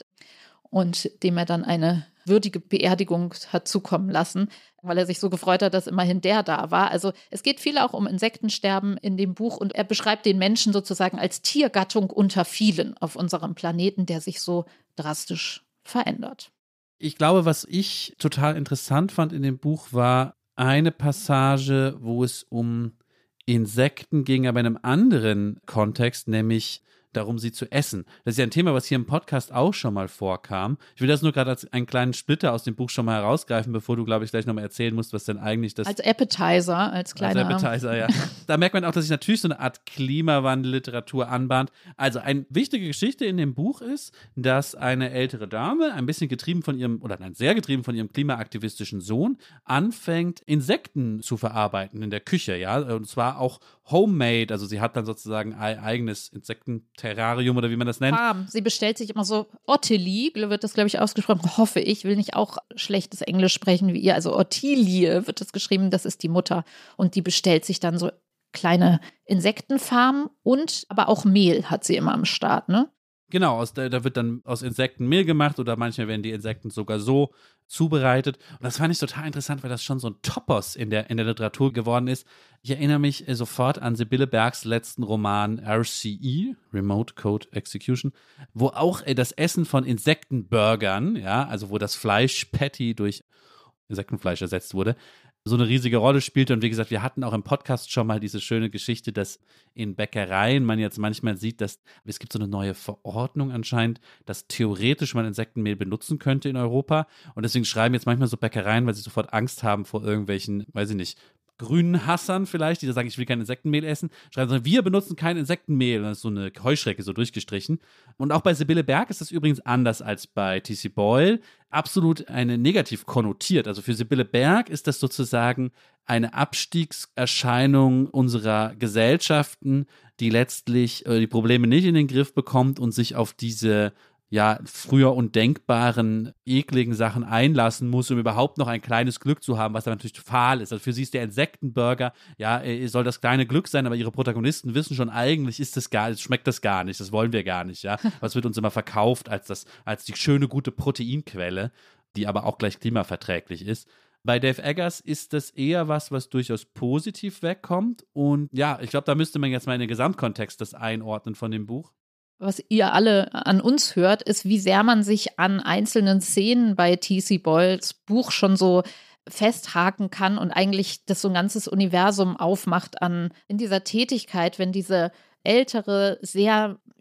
und dem er dann eine würdige Beerdigung hat zukommen lassen, weil er sich so gefreut hat, dass immerhin der da war. Also es geht viel auch um Insektensterben in dem Buch und er beschreibt den Menschen sozusagen als Tiergattung unter vielen auf unserem Planeten, der sich so drastisch verändert. Ich glaube, was ich total interessant fand in dem Buch, war eine Passage, wo es um Insekten ging, aber in einem anderen Kontext, nämlich darum, sie zu essen. Das ist ja ein Thema, was hier im Podcast auch schon mal vorkam. Ich will das nur gerade als einen kleinen Splitter aus dem Buch schon mal herausgreifen, bevor du, glaube ich, gleich nochmal erzählen musst, was denn eigentlich das... Als Appetizer, als kleiner... Als Appetizer, ja. Da merkt man auch, dass sich natürlich so eine Art Klimawandelliteratur anbahnt. Also eine wichtige Geschichte in dem Buch ist, dass eine ältere Dame, ein bisschen getrieben von ihrem, oder nein, sehr getrieben von ihrem klimaaktivistischen Sohn, anfängt, Insekten zu verarbeiten in der Küche, ja. Und zwar auch homemade, also sie hat dann sozusagen ein eigenes Insektenterrarium oder wie man das nennt. Farm. Sie bestellt sich immer so Ottilie, wird das, glaube ich, ausgesprochen, hoffe ich, will nicht auch schlechtes Englisch sprechen wie ihr, also Ottilie wird das geschrieben, das ist die Mutter und die bestellt sich dann so kleine Insektenfarmen und aber auch Mehl hat sie immer am Start, ne? Genau, da wird dann aus Insekten Mehl gemacht oder manchmal werden die Insekten sogar so zubereitet. Und das fand ich total interessant, weil das schon so ein Topos in der Literatur geworden ist. Ich erinnere mich sofort an Sibylle Bergs letzten Roman RCE, Remote Code Execution, wo auch das Essen von Insektenburgern, ja, also wo das Fleisch-Patty durch Insektenfleisch ersetzt wurde, so eine riesige Rolle spielte. Und wie gesagt, wir hatten auch im Podcast schon mal diese schöne Geschichte, dass in Bäckereien man jetzt manchmal sieht, dass es gibt so eine neue Verordnung anscheinend, dass theoretisch man Insektenmehl benutzen könnte in Europa. Und deswegen schreiben jetzt manchmal so Bäckereien, weil sie sofort Angst haben vor irgendwelchen, weiß ich nicht, grünen Hassern vielleicht, die da sagen, ich will kein Insektenmehl essen, schreiben so, wir benutzen kein Insektenmehl. Und das ist so eine Heuschrecke so durchgestrichen. Und auch bei Sibylle Berg ist das übrigens anders als bei T.C. Boyle. Absolut eine negativ konnotiert. Also für Sibylle Berg ist das sozusagen eine Abstiegserscheinung unserer Gesellschaften, die letztlich die Probleme nicht in den Griff bekommt und sich auf diese ja, früher undenkbaren, ekligen Sachen einlassen muss, um überhaupt noch ein kleines Glück zu haben, was dann natürlich fahl ist. Also für sie ist der Insektenburger, ja, soll das kleine Glück sein, aber ihre Protagonisten wissen schon, eigentlich schmeckt das gar nicht, das wollen wir gar nicht, ja. Was wird uns immer verkauft als die schöne, gute Proteinquelle, die aber auch gleich klimaverträglich ist. Bei Dave Eggers ist das eher was durchaus positiv wegkommt und ja, ich glaube, da müsste man jetzt mal in den Gesamtkontext das einordnen von dem Buch. Was ihr alle an uns hört, ist, wie sehr man sich an einzelnen Szenen bei T.C. Boyles Buch schon so festhaken kann und eigentlich das so ein ganzes Universum aufmacht in dieser Tätigkeit, wenn diese ältere, sehr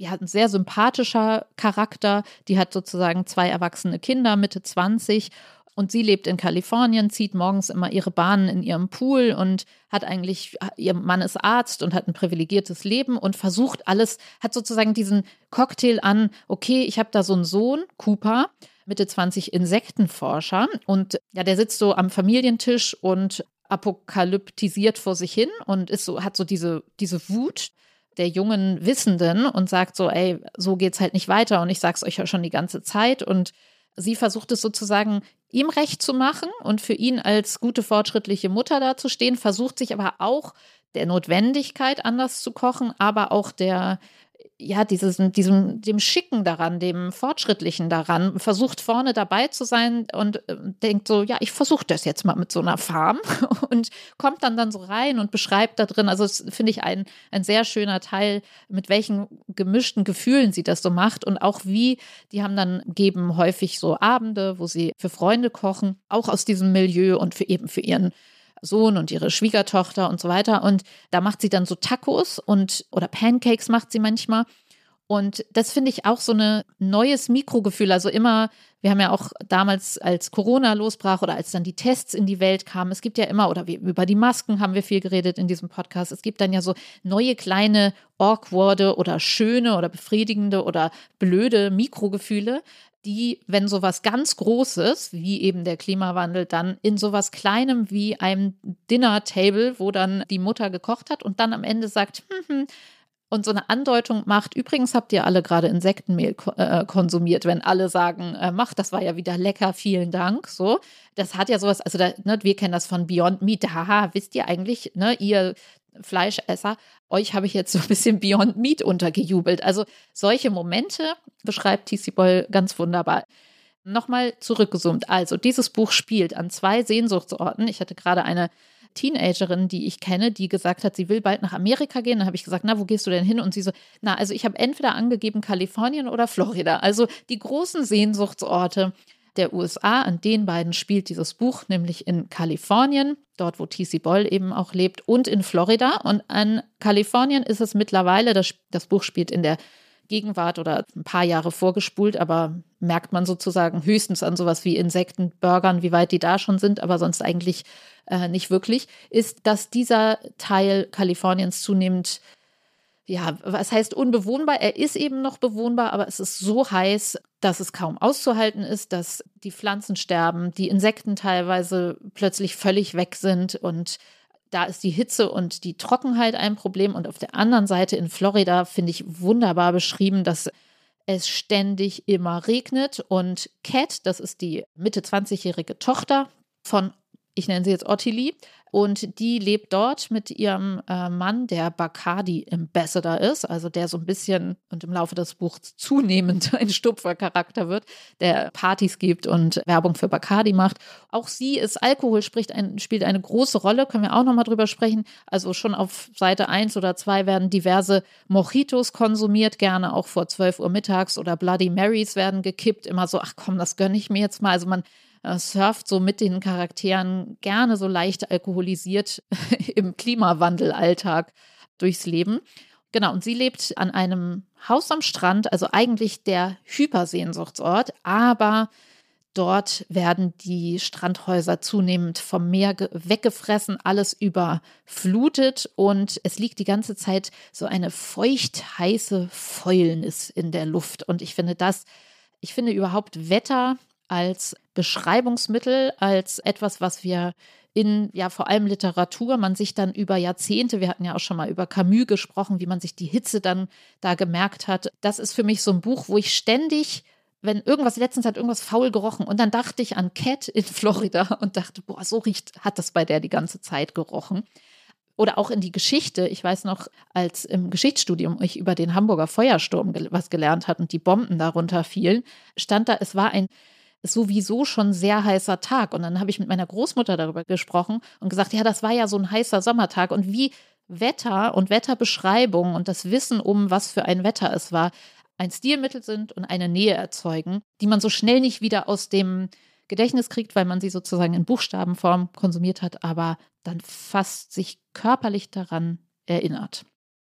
ein sehr sympathischer Charakter. Die hat sozusagen 2 erwachsene Kinder, Mitte 20. Und sie lebt in Kalifornien, zieht morgens immer ihre Bahnen in ihrem Pool und ihr Mann ist Arzt und hat ein privilegiertes Leben und versucht alles, hat sozusagen diesen Cocktail an, okay, ich habe da so einen Sohn, Cooper, Mitte 20 Insektenforscher und ja, der sitzt so am Familientisch und apokalyptisiert vor sich hin und hat so diese Wut der jungen Wissenden und sagt so, ey, so geht's halt nicht weiter und ich sag's euch ja schon die ganze Zeit und sie versucht es sozusagen ihm recht zu machen und für ihn als gute, fortschrittliche Mutter dazustehen, versucht sich aber auch der Notwendigkeit, anders zu kochen, aber auch dem Schicken daran, dem Fortschrittlichen daran, versucht vorne dabei zu sein und denkt so, ja, ich versuche das jetzt mal mit so einer Farm und kommt dann so rein und beschreibt da drin, also das finde ich ein sehr schöner Teil, mit welchen gemischten Gefühlen sie das so macht und auch die geben häufig so Abende, wo sie für Freunde kochen, auch aus diesem Milieu und für ihren Sohn und ihre Schwiegertochter und so weiter. Und da macht sie dann so Tacos oder Pancakes macht sie manchmal. Und das finde ich auch so ein neues Mikrogefühl. Also immer, wir haben ja auch damals, als Corona losbrach oder als dann die Tests in die Welt kamen, es gibt ja immer, oder über die Masken haben wir viel geredet in diesem Podcast, es gibt dann ja so neue kleine awkwarde oder schöne oder befriedigende oder blöde Mikrogefühle, die, wenn sowas ganz Großes, wie eben der Klimawandel, dann in sowas Kleinem wie einem Dinner-Table, wo dann die Mutter gekocht hat und dann am Ende sagt, und so eine Andeutung macht, übrigens habt ihr alle gerade Insektenmehl konsumiert, wenn alle sagen, das war ja wieder lecker, vielen Dank, so. Das hat ja sowas, also wir kennen das von Beyond Meat, haha, wisst ihr eigentlich, ihr Fleischesser, euch habe ich jetzt so ein bisschen Beyond Meat untergejubelt. Also solche Momente beschreibt T.C. Boyle ganz wunderbar. Nochmal zurückgezoomt. Also dieses Buch spielt an 2 Sehnsuchtsorten. Ich hatte gerade eine Teenagerin, die ich kenne, die gesagt hat, sie will bald nach Amerika gehen. Dann habe ich gesagt, wo gehst du denn hin? Und sie so, also ich habe entweder angegeben Kalifornien oder Florida. Also die großen Sehnsuchtsorte der USA, an den beiden spielt dieses Buch, nämlich in Kalifornien, dort wo T.C. Boyle eben auch lebt, und in Florida. Und an Kalifornien ist es mittlerweile, das Buch spielt in der Gegenwart oder ein paar Jahre vorgespult, aber merkt man sozusagen höchstens an sowas wie Insektenburgern, wie weit die da schon sind, aber sonst eigentlich nicht wirklich, ist, dass dieser Teil Kaliforniens zunehmend, ja, was heißt unbewohnbar? Er ist eben noch bewohnbar, aber es ist so heiß, dass es kaum auszuhalten ist, dass die Pflanzen sterben, die Insekten teilweise plötzlich völlig weg sind und da ist die Hitze und die Trockenheit ein Problem. Und auf der anderen Seite in Florida finde ich wunderbar beschrieben, dass es ständig immer regnet. Und Cat, das ist die Mitte 20-jährige Tochter von, ich nenne sie jetzt Ottilie, und die lebt dort mit ihrem Mann, der Bacardi Ambassador ist, also der so ein bisschen und im Laufe des Buchs zunehmend ein Stupfercharakter wird, der Partys gibt und Werbung für Bacardi macht. Auch sie ist, Alkohol spielt eine große Rolle, können wir auch nochmal drüber sprechen. Also schon auf Seite 1 oder 2 werden diverse Mojitos konsumiert, gerne auch vor 12 Uhr mittags, oder Bloody Marys werden gekippt, immer so, ach komm, das gönne ich mir jetzt mal. Also man surft so mit den Charakteren gerne so leicht alkoholisiert im Klimawandelalltag durchs Leben. Genau, und sie lebt an einem Haus am Strand, also eigentlich der Hypersehnsuchtsort, aber dort werden die Strandhäuser zunehmend vom Meer weggefressen, alles überflutet und es liegt die ganze Zeit so eine feucht-heiße Fäulnis in der Luft. Und ich finde überhaupt Wetter als Beschreibungsmittel, als etwas, was wir vor allem Literatur, man sich dann über Jahrzehnte, wir hatten ja auch schon mal über Camus gesprochen, wie man sich die Hitze dann da gemerkt hat. Das ist für mich so ein Buch, wo ich ständig, letztens hat irgendwas faul gerochen und dann dachte ich an Cat in Florida und dachte, boah, so hat das bei der die ganze Zeit gerochen. Oder auch in die Geschichte. Ich weiß noch, als im Geschichtsstudium ich über den Hamburger Feuersturm was gelernt hat und die Bomben darunter fielen, stand da, es war ein sowieso schon sehr heißer Tag. Und dann habe ich mit meiner Großmutter darüber gesprochen und gesagt, ja, das war ja so ein heißer Sommertag. Und wie Wetter und Wetterbeschreibung und das Wissen was für ein Wetter es war, ein Stilmittel sind und eine Nähe erzeugen, die man so schnell nicht wieder aus dem Gedächtnis kriegt, weil man sie sozusagen in Buchstabenform konsumiert hat, aber dann fast sich körperlich daran erinnert.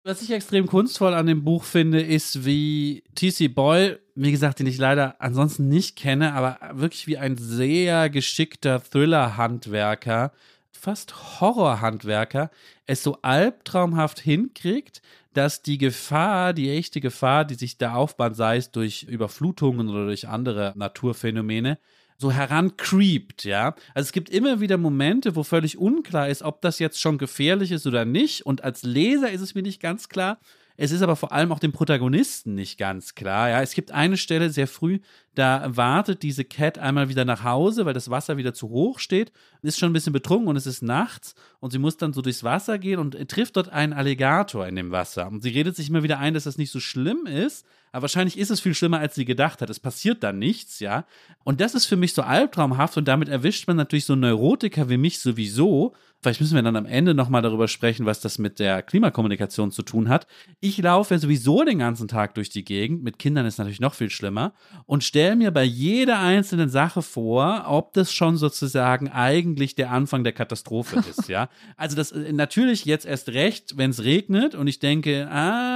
Was ich extrem kunstvoll an dem Buch finde, ist, wie T.C. Boyle, wie gesagt, den ich leider ansonsten nicht kenne, aber wirklich wie ein sehr geschickter Thriller-Handwerker, fast Horror-Handwerker, es so albtraumhaft hinkriegt, dass die Gefahr, die echte Gefahr, die sich da aufbahnt, sei es durch Überflutungen oder durch andere Naturphänomene, so herancreept, ja. Also es gibt immer wieder Momente, wo völlig unklar ist, ob das jetzt schon gefährlich ist oder nicht. Und als Leser ist es mir nicht ganz klar. Es ist aber vor allem auch dem Protagonisten nicht ganz klar. Ja, es gibt eine Stelle sehr früh, da wartet diese Cat einmal wieder nach Hause, weil das Wasser wieder zu hoch steht, ist schon ein bisschen betrunken und es ist nachts und sie muss dann so durchs Wasser gehen und trifft dort einen Alligator in dem Wasser. Und sie redet sich immer wieder ein, dass das nicht so schlimm ist, aber wahrscheinlich ist es viel schlimmer, als sie gedacht hat. Es passiert dann nichts, ja. Und das ist für mich so albtraumhaft und damit erwischt man natürlich so Neurotiker wie mich sowieso. Vielleicht müssen wir dann am Ende nochmal darüber sprechen, was das mit der Klimakommunikation zu tun hat. Ich laufe ja sowieso den ganzen Tag durch die Gegend, mit Kindern ist natürlich noch viel schlimmer, und stelle mir bei jeder einzelnen Sache vor, ob das schon sozusagen eigentlich der Anfang der Katastrophe ist, ja. Also das natürlich jetzt erst recht, wenn es regnet und ich denke,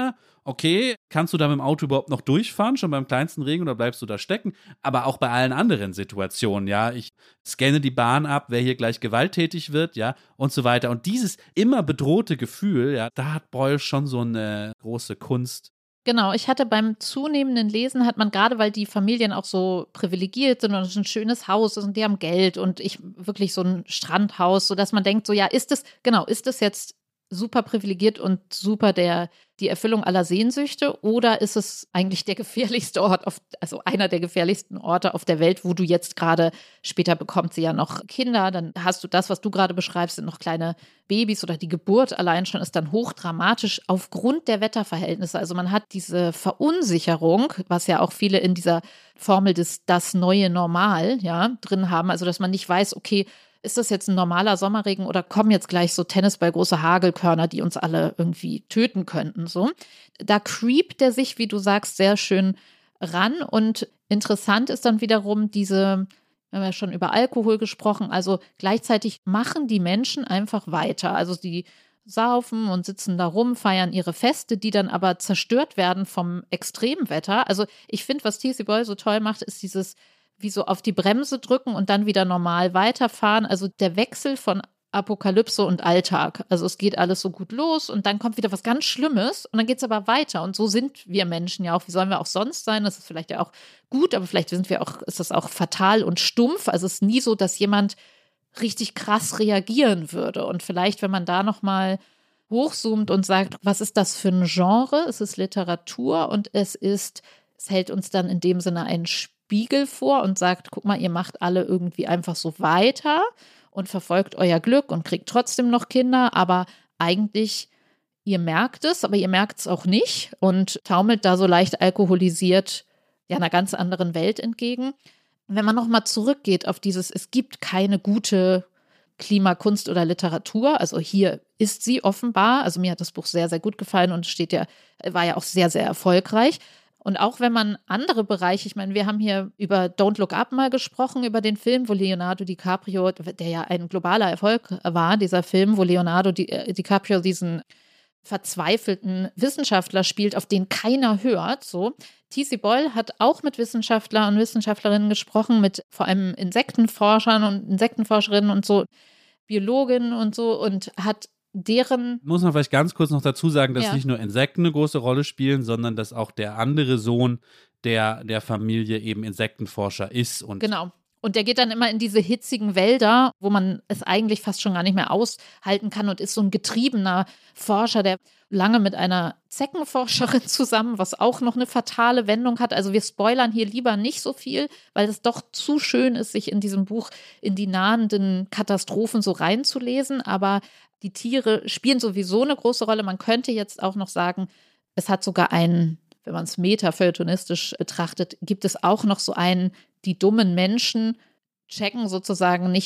okay, kannst du da mit dem Auto überhaupt noch durchfahren, schon beim kleinsten Regen, oder bleibst du da stecken? Aber auch bei allen anderen Situationen, ja. Ich scanne die Bahn ab, wer hier gleich gewalttätig wird, ja, und so weiter. Und dieses immer bedrohte Gefühl, ja, da hat Boyle schon so eine große Kunst. Genau, ich hatte beim zunehmenden Lesen, hat man gerade, weil die Familien auch so privilegiert sind und es ein schönes Haus ist und die haben Geld und ich wirklich so ein Strandhaus, sodass man denkt, so ja, ist das jetzt super privilegiert und super die Erfüllung aller Sehnsüchte, oder ist es eigentlich der gefährlichste Ort, also einer der gefährlichsten Orte auf der Welt, wo du jetzt gerade, später bekommt sie ja noch Kinder, dann hast du das, was du gerade beschreibst, sind noch kleine Babys oder die Geburt allein schon ist dann hochdramatisch aufgrund der Wetterverhältnisse. Also man hat diese Verunsicherung, was ja auch viele in dieser Formel das neue Normal, ja, drin haben, also dass man nicht weiß, okay, ist das jetzt ein normaler Sommerregen oder kommen jetzt gleich so tennisballgroße Hagelkörner, die uns alle irgendwie töten könnten, so. Da creept der sich, wie du sagst, sehr schön ran und interessant ist dann wiederum wir haben ja schon über Alkohol gesprochen, also gleichzeitig machen die Menschen einfach weiter, also die saufen und sitzen da rum, feiern ihre Feste, die dann aber zerstört werden vom Extremwetter. Also ich finde, was T.C. Boyle so toll macht, ist dieses wie so auf die Bremse drücken und dann wieder normal weiterfahren. Also der Wechsel von Apokalypse und Alltag. Also es geht alles so gut los und dann kommt wieder was ganz Schlimmes und dann geht es aber weiter. Und so sind wir Menschen ja auch. Wie sollen wir auch sonst sein? Das ist vielleicht ja auch gut, aber vielleicht ist das auch fatal und stumpf. Also es ist nie so, dass jemand richtig krass reagieren würde. Und vielleicht, wenn man da nochmal hochzoomt und sagt, was ist das für ein Genre? Es ist Literatur und es hält uns dann in dem Sinne einen Spiegel vor und sagt, guck mal, ihr macht alle irgendwie einfach so weiter und verfolgt euer Glück und kriegt trotzdem noch Kinder, aber eigentlich, ihr merkt es, aber ihr merkt es auch nicht und taumelt da so leicht alkoholisiert ja einer ganz anderen Welt entgegen. Wenn man nochmal zurückgeht auf es gibt keine gute Klimakunst oder Literatur, also hier ist sie offenbar, also mir hat das Buch sehr, sehr gut gefallen und war ja auch sehr, sehr erfolgreich. Und auch wenn man andere Bereiche, ich meine, wir haben hier über Don't Look Up mal gesprochen, über den Film, wo Leonardo DiCaprio, der ja ein globaler Erfolg war, dieser Film, wo Leonardo DiCaprio diesen verzweifelten Wissenschaftler spielt, auf den keiner hört, so. T.C. Boyle hat auch mit Wissenschaftler und Wissenschaftlerinnen gesprochen, mit vor allem Insektenforschern und Insektenforscherinnen und so, Biologinnen und so, und hat muss man vielleicht ganz kurz noch dazu sagen, dass nicht nur Insekten eine große Rolle spielen, sondern dass auch der andere Sohn der Familie eben Insektenforscher ist. Und genau. Und der geht dann immer in diese hitzigen Wälder, wo man es eigentlich fast schon gar nicht mehr aushalten kann und ist so ein getriebener Forscher, der lange mit einer Zeckenforscherin zusammen, was auch noch eine fatale Wendung hat. Also wir spoilern hier lieber nicht so viel, weil es doch zu schön ist, sich in diesem Buch in die nahenden Katastrophen so reinzulesen. Aber die Tiere spielen sowieso eine große Rolle. Man könnte jetzt auch noch sagen, es hat sogar einen, wenn man es metafeuilletonistisch betrachtet, gibt es auch noch so einen, die dummen Menschen checken sozusagen nicht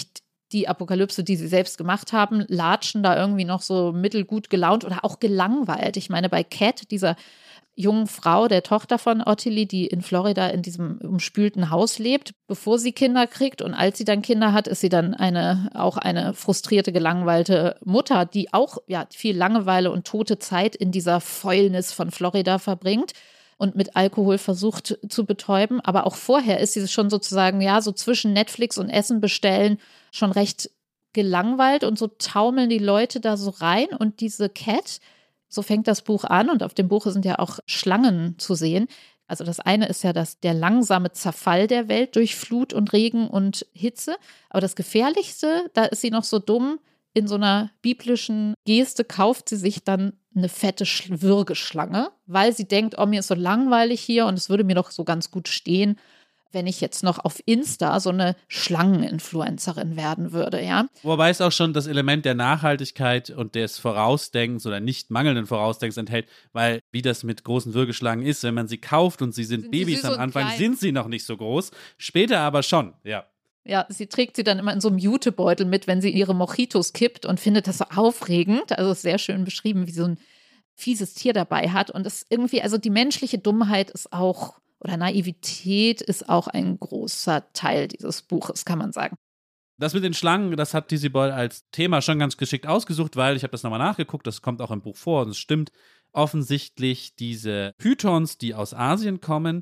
die Apokalypse, die sie selbst gemacht haben, latschen da irgendwie noch so mittelgut gelaunt oder auch gelangweilt. Ich meine, bei Cat, dieser jungen Frau, der Tochter von Ottilie, die in Florida in diesem umspülten Haus lebt, bevor sie Kinder kriegt. Und als sie dann Kinder hat, ist sie dann auch eine frustrierte, gelangweilte Mutter, die auch viel Langeweile und tote Zeit in dieser Fäulnis von Florida verbringt und mit Alkohol versucht zu betäuben. Aber auch vorher ist sie schon sozusagen, so zwischen Netflix und Essen bestellen schon recht gelangweilt. Und so taumeln die Leute da so rein. Und diese Cat, so fängt das Buch an, und auf dem Buch sind ja auch Schlangen zu sehen. Also das eine ist ja der langsame Zerfall der Welt durch Flut und Regen und Hitze. Aber das Gefährlichste, da ist sie noch so dumm, in so einer biblischen Geste kauft sie sich dann eine fette Würgeschlange, weil sie denkt, mir ist so langweilig hier und es würde mir doch so ganz gut stehen, wenn ich jetzt noch auf Insta so eine Schlangeninfluencerin werden würde, ja. Wobei es auch schon das Element der Nachhaltigkeit und des Vorausdenkens oder nicht mangelnden Vorausdenkens enthält, weil wie das mit großen Würgeschlangen ist, wenn man sie kauft und sie sind Babys am Anfang, sind sie noch nicht so groß, später aber schon, ja. Ja, sie trägt sie dann immer in so einem Jutebeutel mit, wenn sie ihre Mojitos kippt und findet das so aufregend. Also sehr schön beschrieben, wie so ein fieses Tier dabei hat. Und das irgendwie, also die menschliche Dummheit ist auch, oder Naivität ist auch ein großer Teil dieses Buches, kann man sagen. Das mit den Schlangen, das hat Dizzy Boyle als Thema schon ganz geschickt ausgesucht, weil ich habe das nochmal nachgeguckt, das kommt auch im Buch vor und es stimmt offensichtlich, diese Pythons, die aus Asien kommen,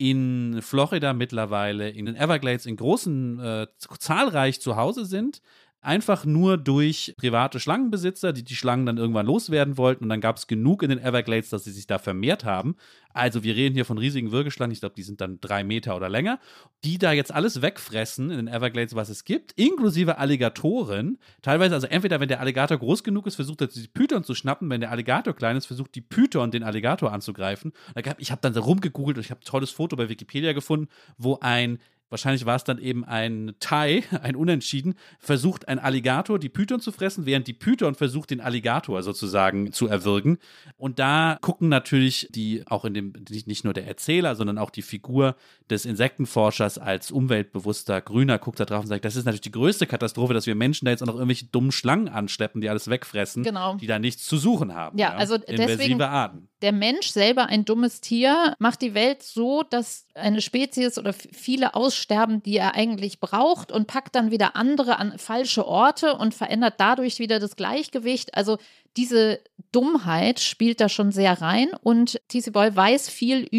in Florida mittlerweile, in den Everglades in großen, zahlreich zu Hause sind, einfach nur durch private Schlangenbesitzer, die Schlangen dann irgendwann loswerden wollten und dann gab es genug in den Everglades, dass sie sich da vermehrt haben. Also wir reden hier von riesigen Würgeschlangen, ich glaube, die sind dann 3 Meter oder länger, die da jetzt alles wegfressen in den Everglades, was es gibt, inklusive Alligatoren. Teilweise, also entweder, wenn der Alligator groß genug ist, versucht er die Python zu schnappen, wenn der Alligator klein ist, versucht die Python den Alligator anzugreifen. Ich habe dann da rumgegoogelt und ich habe ein tolles Foto bei Wikipedia gefunden, wo wahrscheinlich war es dann eben ein Tie, ein Unentschieden, versucht ein Alligator die Python zu fressen, während die Python versucht, den Alligator sozusagen zu erwürgen. Und da gucken natürlich auch nicht nur der Erzähler, sondern auch die Figur des Insektenforschers als umweltbewusster Grüner guckt da drauf und sagt, das ist natürlich die größte Katastrophe, dass wir Menschen da jetzt auch noch irgendwelche dummen Schlangen anschleppen, die alles wegfressen, die da nichts zu suchen haben. Ja, also deswegen, Arten. Der Mensch selber, ein dummes Tier, macht die Welt so, dass eine Spezies oder viele aussterben, die er eigentlich braucht und packt dann wieder andere an falsche Orte und verändert dadurch wieder das Gleichgewicht. Also diese Dummheit spielt da schon sehr rein und Dizzy Boyle weiß viel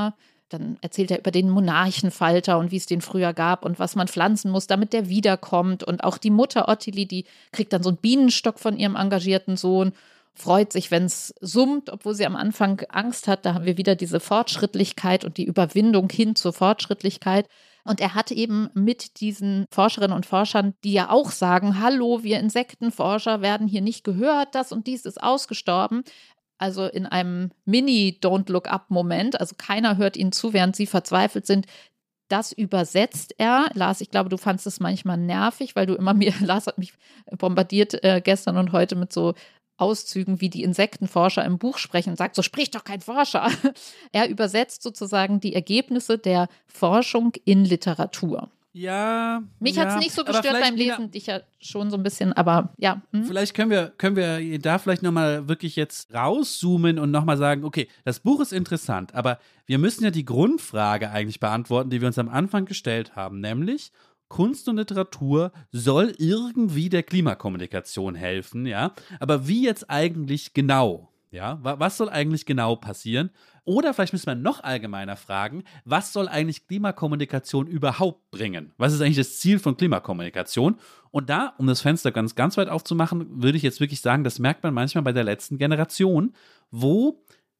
dann erzählt er über den Monarchenfalter und wie es den früher gab und was man pflanzen muss, damit der wiederkommt. Und auch die Mutter Ottilie, die kriegt dann so einen Bienenstock von ihrem engagierten Sohn, freut sich, wenn es summt, obwohl sie am Anfang Angst hat. Da haben wir wieder diese Fortschrittlichkeit und die Überwindung hin zur Fortschrittlichkeit. Und er hat eben mit diesen Forscherinnen und Forschern, die ja auch sagen, hallo, wir Insektenforscher werden hier nicht gehört, das und dies ist ausgestorben. Also in einem Mini-Don't-Look-up-Moment, also keiner hört ihnen zu, während sie verzweifelt sind. Das übersetzt er. Lars, ich glaube, du fandst es manchmal nervig, weil Lars hat mich bombardiert gestern und heute mit so Auszügen, wie die Insektenforscher im Buch sprechen und sagt, so spricht doch kein Forscher. Er übersetzt sozusagen die Ergebnisse der Forschung in Literatur. Ja. Mich hat es nicht so gestört beim Lesen, dich ja schon so ein bisschen, aber ja. Vielleicht können wir da vielleicht nochmal wirklich jetzt rauszoomen und nochmal sagen, okay, das Buch ist interessant, aber wir müssen ja die Grundfrage eigentlich beantworten, die wir uns am Anfang gestellt haben, nämlich Kunst und Literatur soll irgendwie der Klimakommunikation helfen, ja, aber wie jetzt eigentlich genau? Ja, was soll eigentlich genau passieren? Oder vielleicht müssen wir noch allgemeiner fragen, was soll eigentlich Klimakommunikation überhaupt bringen? Was ist eigentlich das Ziel von Klimakommunikation? Und da, um das Fenster ganz, ganz weit aufzumachen, würde ich jetzt wirklich sagen, das merkt man manchmal bei der letzten Generation, wo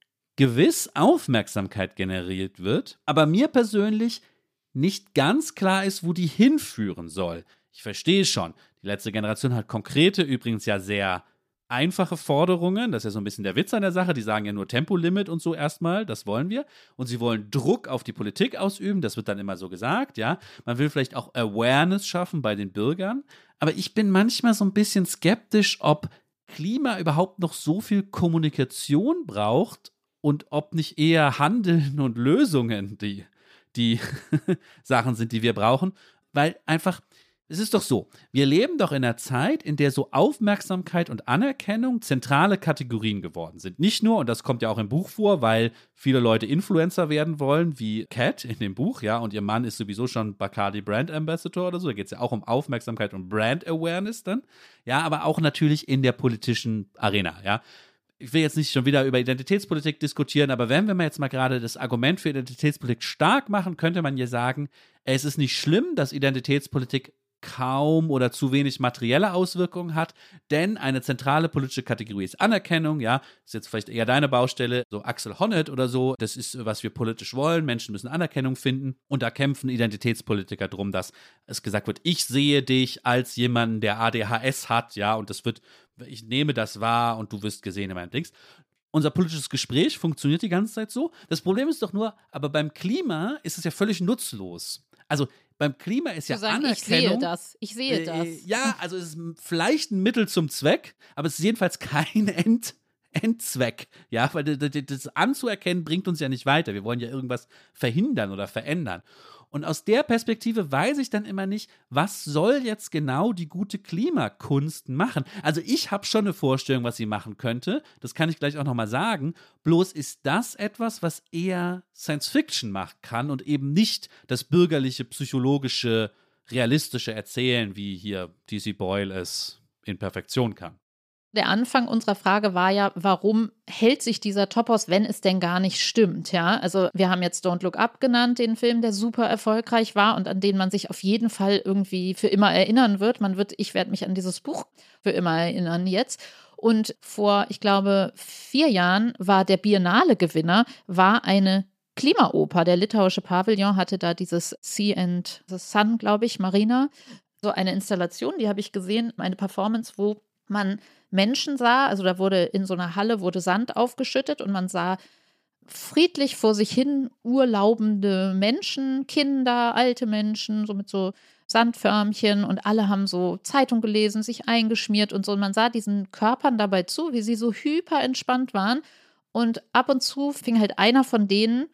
gewiss Aufmerksamkeit generiert wird, aber mir persönlich nicht ganz klar ist, wo die hinführen soll. Ich verstehe schon, die letzte Generation hat konkrete, übrigens ja sehr einfache Forderungen, das ist ja so ein bisschen der Witz an der Sache, die sagen ja nur Tempolimit und so erstmal, das wollen wir. Und sie wollen Druck auf die Politik ausüben, das wird dann immer so gesagt, ja. Man will vielleicht auch Awareness schaffen bei den Bürgern, aber ich bin manchmal so ein bisschen skeptisch, ob Klima überhaupt noch so viel Kommunikation braucht und ob nicht eher Handeln und Lösungen die Sachen sind, die wir brauchen, weil einfach Es ist doch so, wir leben doch in einer Zeit, in der so Aufmerksamkeit und Anerkennung zentrale Kategorien geworden sind. Nicht nur, und das kommt ja auch im Buch vor, weil viele Leute Influencer werden wollen, wie Kat in dem Buch, ja, und ihr Mann ist sowieso schon Bacardi Brand Ambassador oder so, da geht es ja auch um Aufmerksamkeit und Brand Awareness dann, ja, aber auch natürlich in der politischen Arena, ja. Ich will jetzt nicht schon wieder über Identitätspolitik diskutieren, aber wenn wir jetzt mal gerade das Argument für Identitätspolitik stark machen, könnte man ja sagen, es ist nicht schlimm, dass Identitätspolitik kaum oder zu wenig materielle Auswirkungen hat, denn eine zentrale politische Kategorie ist Anerkennung, ja, ist jetzt vielleicht eher deine Baustelle, so Axel Honneth oder so, das ist, was wir politisch wollen, Menschen müssen Anerkennung finden und da kämpfen Identitätspolitiker drum, dass es gesagt wird, ich sehe dich als jemanden, der ADHS hat, ja, und das wird, ich nehme das wahr und du wirst gesehen in meinem Dings. Unser politisches Gespräch funktioniert die ganze Zeit so. Das Problem ist doch nur, aber beim Klima ist es ja völlig nutzlos. Also beim Klima ist ja sagen, Anerkennung. Ich sehe das. Ja, also es ist vielleicht ein Mittel zum Zweck, aber es ist jedenfalls kein Endzweck. Ja, weil das anzuerkennen bringt uns ja nicht weiter. Wir wollen ja irgendwas verhindern oder verändern. Und aus der Perspektive weiß ich dann immer nicht, was soll jetzt genau die gute Klimakunst machen? Also ich habe schon eine Vorstellung, was sie machen könnte. Das kann ich gleich auch nochmal sagen. Bloß ist das etwas, was eher Science-Fiction machen kann und eben nicht das bürgerliche, psychologische, realistische Erzählen, wie hier T.C. Boyle es in Perfektion kann. Der Anfang unserer Frage war ja, warum hält sich dieser Topos, wenn es denn gar nicht stimmt, ja? Also wir haben jetzt Don't Look Up genannt, den Film, der super erfolgreich war und an den man sich auf jeden Fall irgendwie für immer erinnern wird. Ich werde mich an dieses Buch für immer erinnern jetzt. Und vor, ich glaube, 4 Jahren war der Biennale-Gewinner, war eine Klimaoper. Der litauische Pavillon hatte da dieses Sea and the Sun, glaube ich, Marina. So eine Installation, die habe ich gesehen, eine Performance, wo man Menschen sah, also da wurde in so einer Halle wurde Sand aufgeschüttet und man sah friedlich vor sich hin urlaubende Menschen, Kinder, alte Menschen, so mit so Sandförmchen und alle haben so Zeitung gelesen, sich eingeschmiert und so. Und man sah diesen Körpern dabei zu, wie sie so hyper entspannt waren und ab und zu fing halt einer von denen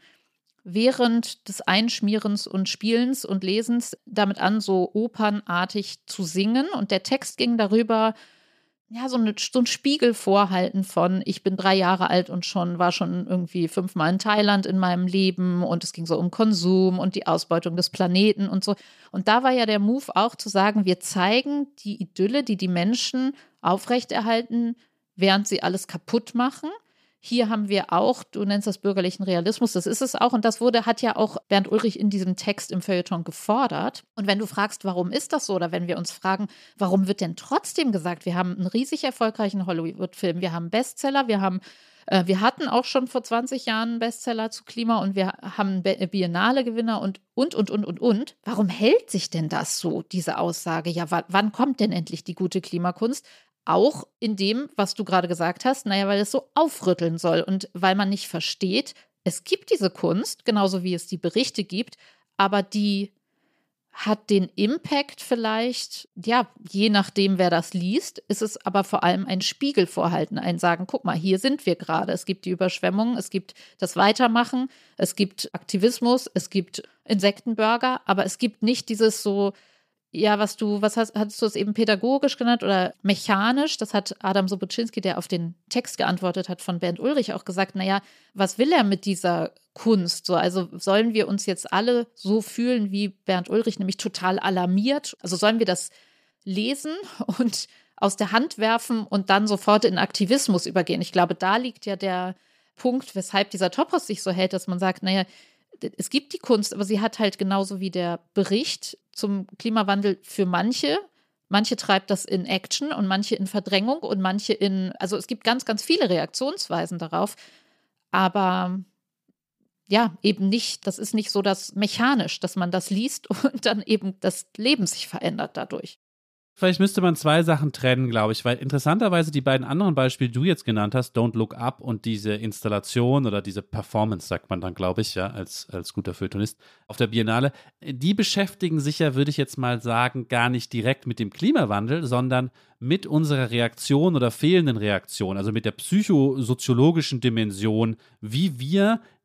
während des Einschmierens und Spielens und Lesens damit an, so opernartig zu singen und der Text ging darüber, ja, so ein Spiegel vorhalten von, ich bin 3 Jahre alt und war schon irgendwie 5-mal in Thailand in meinem Leben und es ging so um Konsum und die Ausbeutung des Planeten und so. Und da war ja der Move auch zu sagen, wir zeigen die Idylle, die Menschen aufrechterhalten, während sie alles kaputt machen. Hier haben wir auch, du nennst das bürgerlichen Realismus, das ist es auch und das hat ja auch Bernd Ulrich in diesem Text im Feuilleton gefordert. Und wenn du fragst, warum ist das so oder wenn wir uns fragen, warum wird denn trotzdem gesagt, wir haben einen riesig erfolgreichen Hollywood-Film, wir haben Bestseller, wir hatten auch schon vor 20 Jahren einen Bestseller zu Klima und wir haben Biennale-Gewinner und. Warum hält sich denn das so, diese Aussage? Ja, wann kommt denn endlich die gute Klimakunst? Auch in dem, was du gerade gesagt hast, naja, weil es so aufrütteln soll und weil man nicht versteht, es gibt diese Kunst, genauso wie es die Berichte gibt, aber die hat den Impact vielleicht, ja, je nachdem, wer das liest, ist es aber vor allem ein Spiegel vorhalten, ein Sagen, guck mal, hier sind wir gerade. Es gibt die Überschwemmungen, es gibt das Weitermachen, es gibt Aktivismus, es gibt Insektenburger, aber es gibt nicht dieses so, ja, hattest du es eben pädagogisch genannt oder mechanisch? Das hat Adam Sobocinski, der auf den Text geantwortet hat, von Bernd Ulrich auch gesagt, naja, was will er mit dieser Kunst? So, also sollen wir uns jetzt alle so fühlen wie Bernd Ulrich, nämlich total alarmiert? Also sollen wir das lesen und aus der Hand werfen und dann sofort in Aktivismus übergehen? Ich glaube, da liegt ja der Punkt, weshalb dieser Topos sich so hält, dass man sagt, naja, es gibt die Kunst, aber sie hat halt genauso wie der Bericht zum Klimawandel für manche treibt das in Action und manche in Verdrängung und manche also es gibt ganz, ganz viele Reaktionsweisen darauf, aber ja, eben nicht, das ist nicht so das mechanisch, dass man das liest und dann eben das Leben sich verändert dadurch. Vielleicht müsste man 2 Sachen trennen, glaube ich, weil interessanterweise die beiden anderen Beispiele, die du jetzt genannt hast, Don't Look Up und diese Installation oder diese Performance, sagt man dann, glaube ich, ja, als guter Feuilletonist auf der Biennale, die beschäftigen sich ja, würde ich jetzt mal sagen, gar nicht direkt mit dem Klimawandel, sondern mit unserer Reaktion oder fehlenden Reaktion, also mit der psychosoziologischen Dimension, wie wir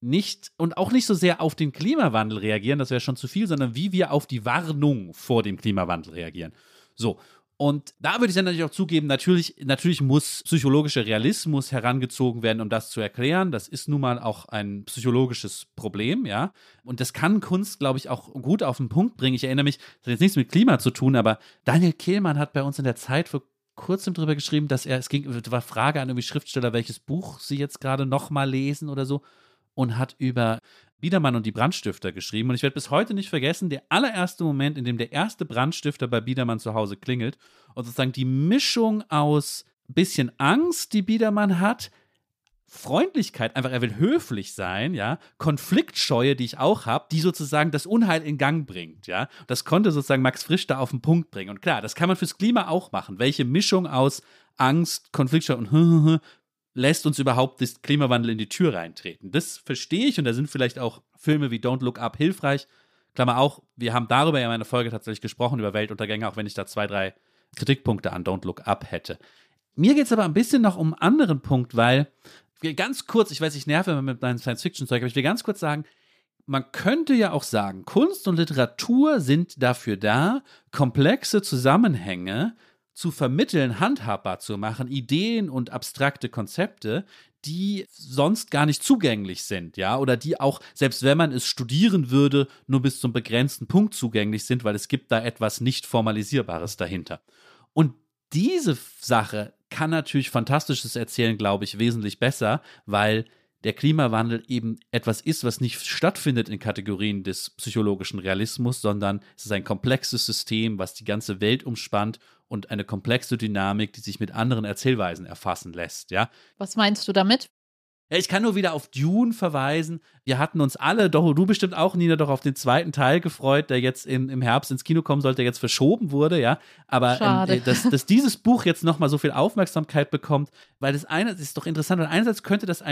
nicht und auch nicht so sehr auf den Klimawandel reagieren, das wäre schon zu viel, sondern wie wir auf die Warnung vor dem Klimawandel reagieren. So. Und da würde ich dann natürlich auch zugeben, natürlich muss psychologischer Realismus herangezogen werden, um das zu erklären. Das ist nun mal auch ein psychologisches Problem, ja. Und das kann Kunst, glaube ich, auch gut auf den Punkt bringen. Ich erinnere mich, das hat jetzt nichts mit Klima zu tun, aber Daniel Kehlmann hat bei uns in der Zeit vor kurzem drüber geschrieben, dass es war Frage an irgendwie Schriftsteller, welches Buch sie jetzt gerade nochmal lesen oder so, und hat über Biedermann und die Brandstifter geschrieben. Und ich werde bis heute nicht vergessen, der allererste Moment, in dem der erste Brandstifter bei Biedermann zu Hause klingelt und sozusagen die Mischung aus bisschen Angst, die Biedermann hat, Freundlichkeit, einfach er will höflich sein, ja, Konfliktscheue, die ich auch habe, die sozusagen das Unheil in Gang bringt, ja. Das konnte sozusagen Max Frisch da auf den Punkt bringen. Und klar, das kann man fürs Klima auch machen. Welche Mischung aus Angst, Konfliktscheue und lässt uns überhaupt das Klimawandel in die Tür reintreten? Das verstehe ich und da sind vielleicht auch Filme wie Don't Look Up hilfreich. Klammer auch, wir haben darüber ja in einer Folge tatsächlich gesprochen, über Weltuntergänge, auch wenn ich da 2, 3 Kritikpunkte an Don't Look Up hätte. Mir geht es aber ein bisschen noch um einen anderen Punkt, weil ganz kurz, ich weiß, ich nerve immer mit meinem Science-Fiction-Zeug, aber ich will ganz kurz sagen, man könnte ja auch sagen, Kunst und Literatur sind dafür da, komplexe Zusammenhänge zu vermitteln, handhabbar zu machen, Ideen und abstrakte Konzepte, die sonst gar nicht zugänglich sind, ja, oder die auch, selbst wenn man es studieren würde, nur bis zum begrenzten Punkt zugänglich sind, weil es gibt da etwas nicht Formalisierbares dahinter. Und diese Sache kann natürlich fantastisches Erzählen, glaube ich, wesentlich besser, weil der Klimawandel eben etwas ist, was nicht stattfindet in Kategorien des psychologischen Realismus, sondern es ist ein komplexes System, was die ganze Welt umspannt und eine komplexe Dynamik, die sich mit anderen Erzählweisen erfassen lässt, ja. Was meinst du damit? Ja, ich kann nur wieder auf Dune verweisen. Wir hatten uns alle, doch du bestimmt auch, Nina, doch auf den zweiten Teil gefreut, der jetzt im Herbst ins Kino kommen sollte, der jetzt verschoben wurde, ja. Aber dass dieses Buch jetzt nochmal so viel Aufmerksamkeit bekommt, weil das ist doch interessant, weil einerseits könnte das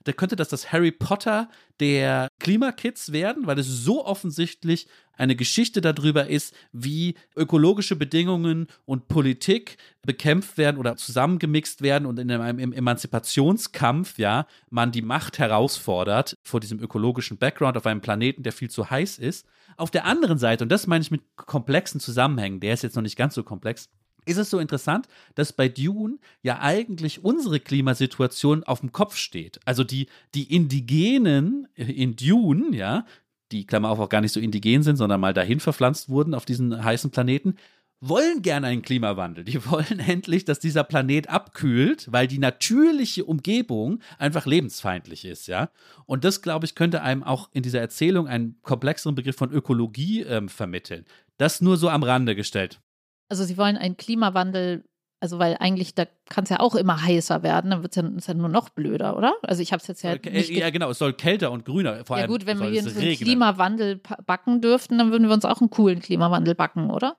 das Harry Potter der Klimakids werden, weil es so offensichtlich eine Geschichte darüber ist, wie ökologische Bedingungen und Politik bekämpft werden oder zusammengemixt werden und in einem Emanzipationskampf, ja, man die Macht herausfordert vor diesem ökologischen Background auf einem Planeten, der viel zu heiß ist. Auf der anderen Seite, und das meine ich mit komplexen Zusammenhängen, der ist jetzt noch nicht ganz so komplex, ist es so interessant, dass bei Dune ja eigentlich unsere Klimasituation auf dem Kopf steht. Also die Indigenen in Dune, ja, die, Klammer auf, auch gar nicht so indigen sind, sondern mal dahin verpflanzt wurden auf diesen heißen Planeten, wollen gerne einen Klimawandel. Die wollen endlich, dass dieser Planet abkühlt, weil die natürliche Umgebung einfach lebensfeindlich ist, ja. Und das, glaube ich, könnte einem auch in dieser Erzählung einen komplexeren Begriff von Ökologie vermitteln. Das nur so am Rande gestellt. Also sie wollen einen Klimawandel, also weil eigentlich, da kann es ja auch immer heißer werden, dann ist ja nur noch blöder, oder? Also ich habe es jetzt ja nicht ja, genau, es soll kälter und grüner, vor allem. Ja gut, wenn wir hier so einen regnen. Klimawandel backen dürften, dann würden wir uns auch einen coolen Klimawandel backen, oder?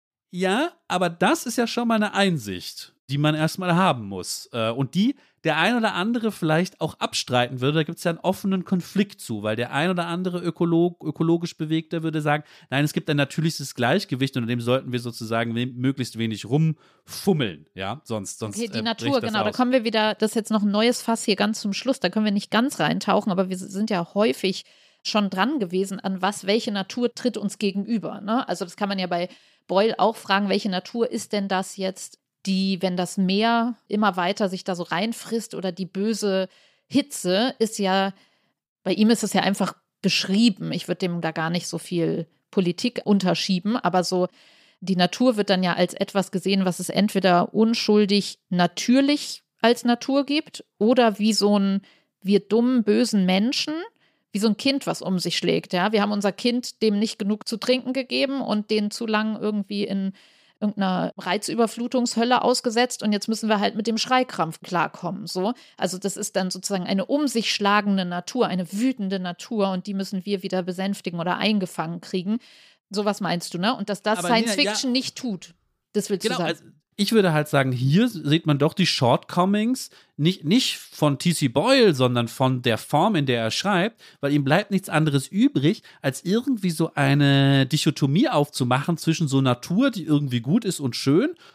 Ja, aber das ist ja schon mal eine Einsicht, die man erstmal haben muss. Und die der ein oder andere vielleicht auch abstreiten würde. Da gibt es ja einen offenen Konflikt zu, weil der ein oder andere ökologisch Bewegter würde sagen, nein, es gibt ein natürliches Gleichgewicht, unter dem sollten wir sozusagen möglichst wenig rumfummeln. Ja, sonst okay, die Natur, genau, da kommen wir wieder, das ist jetzt noch ein neues Fass hier ganz zum Schluss, da können wir nicht ganz reintauchen, aber wir sind ja häufig schon dran gewesen, an welche Natur tritt uns gegenüber. Ne? Also das kann man ja bei Boyle auch fragen, welche Natur ist denn das jetzt, die, wenn das Meer immer weiter sich da so reinfrisst oder die böse Hitze ist ja, bei ihm ist es ja einfach beschrieben. Ich würde dem da gar nicht so viel Politik unterschieben, aber so die Natur wird dann ja als etwas gesehen, was es entweder unschuldig natürlich als Natur gibt oder wie so ein, wir dummen, bösen Menschen, wie so ein Kind, was um sich schlägt. Ja? Wir haben unser Kind dem nicht genug zu trinken gegeben und den zu lang irgendwie in irgendeiner Reizüberflutungshölle ausgesetzt und jetzt müssen wir halt mit dem Schreikrampf klarkommen. So. Also das ist dann sozusagen eine um sich schlagende Natur, eine wütende Natur und die müssen wir wieder besänftigen oder eingefangen kriegen. Sowas meinst du, ne? Und dass das Science Fiction nicht tut. Das willst du sagen. Also ich würde halt sagen, hier sieht man doch die Shortcomings, nicht von T.C. Boyle, sondern von der Form, in der er schreibt, weil ihm bleibt nichts anderes übrig, als irgendwie so eine Dichotomie aufzumachen zwischen so Natur, die irgendwie gut ist und schön,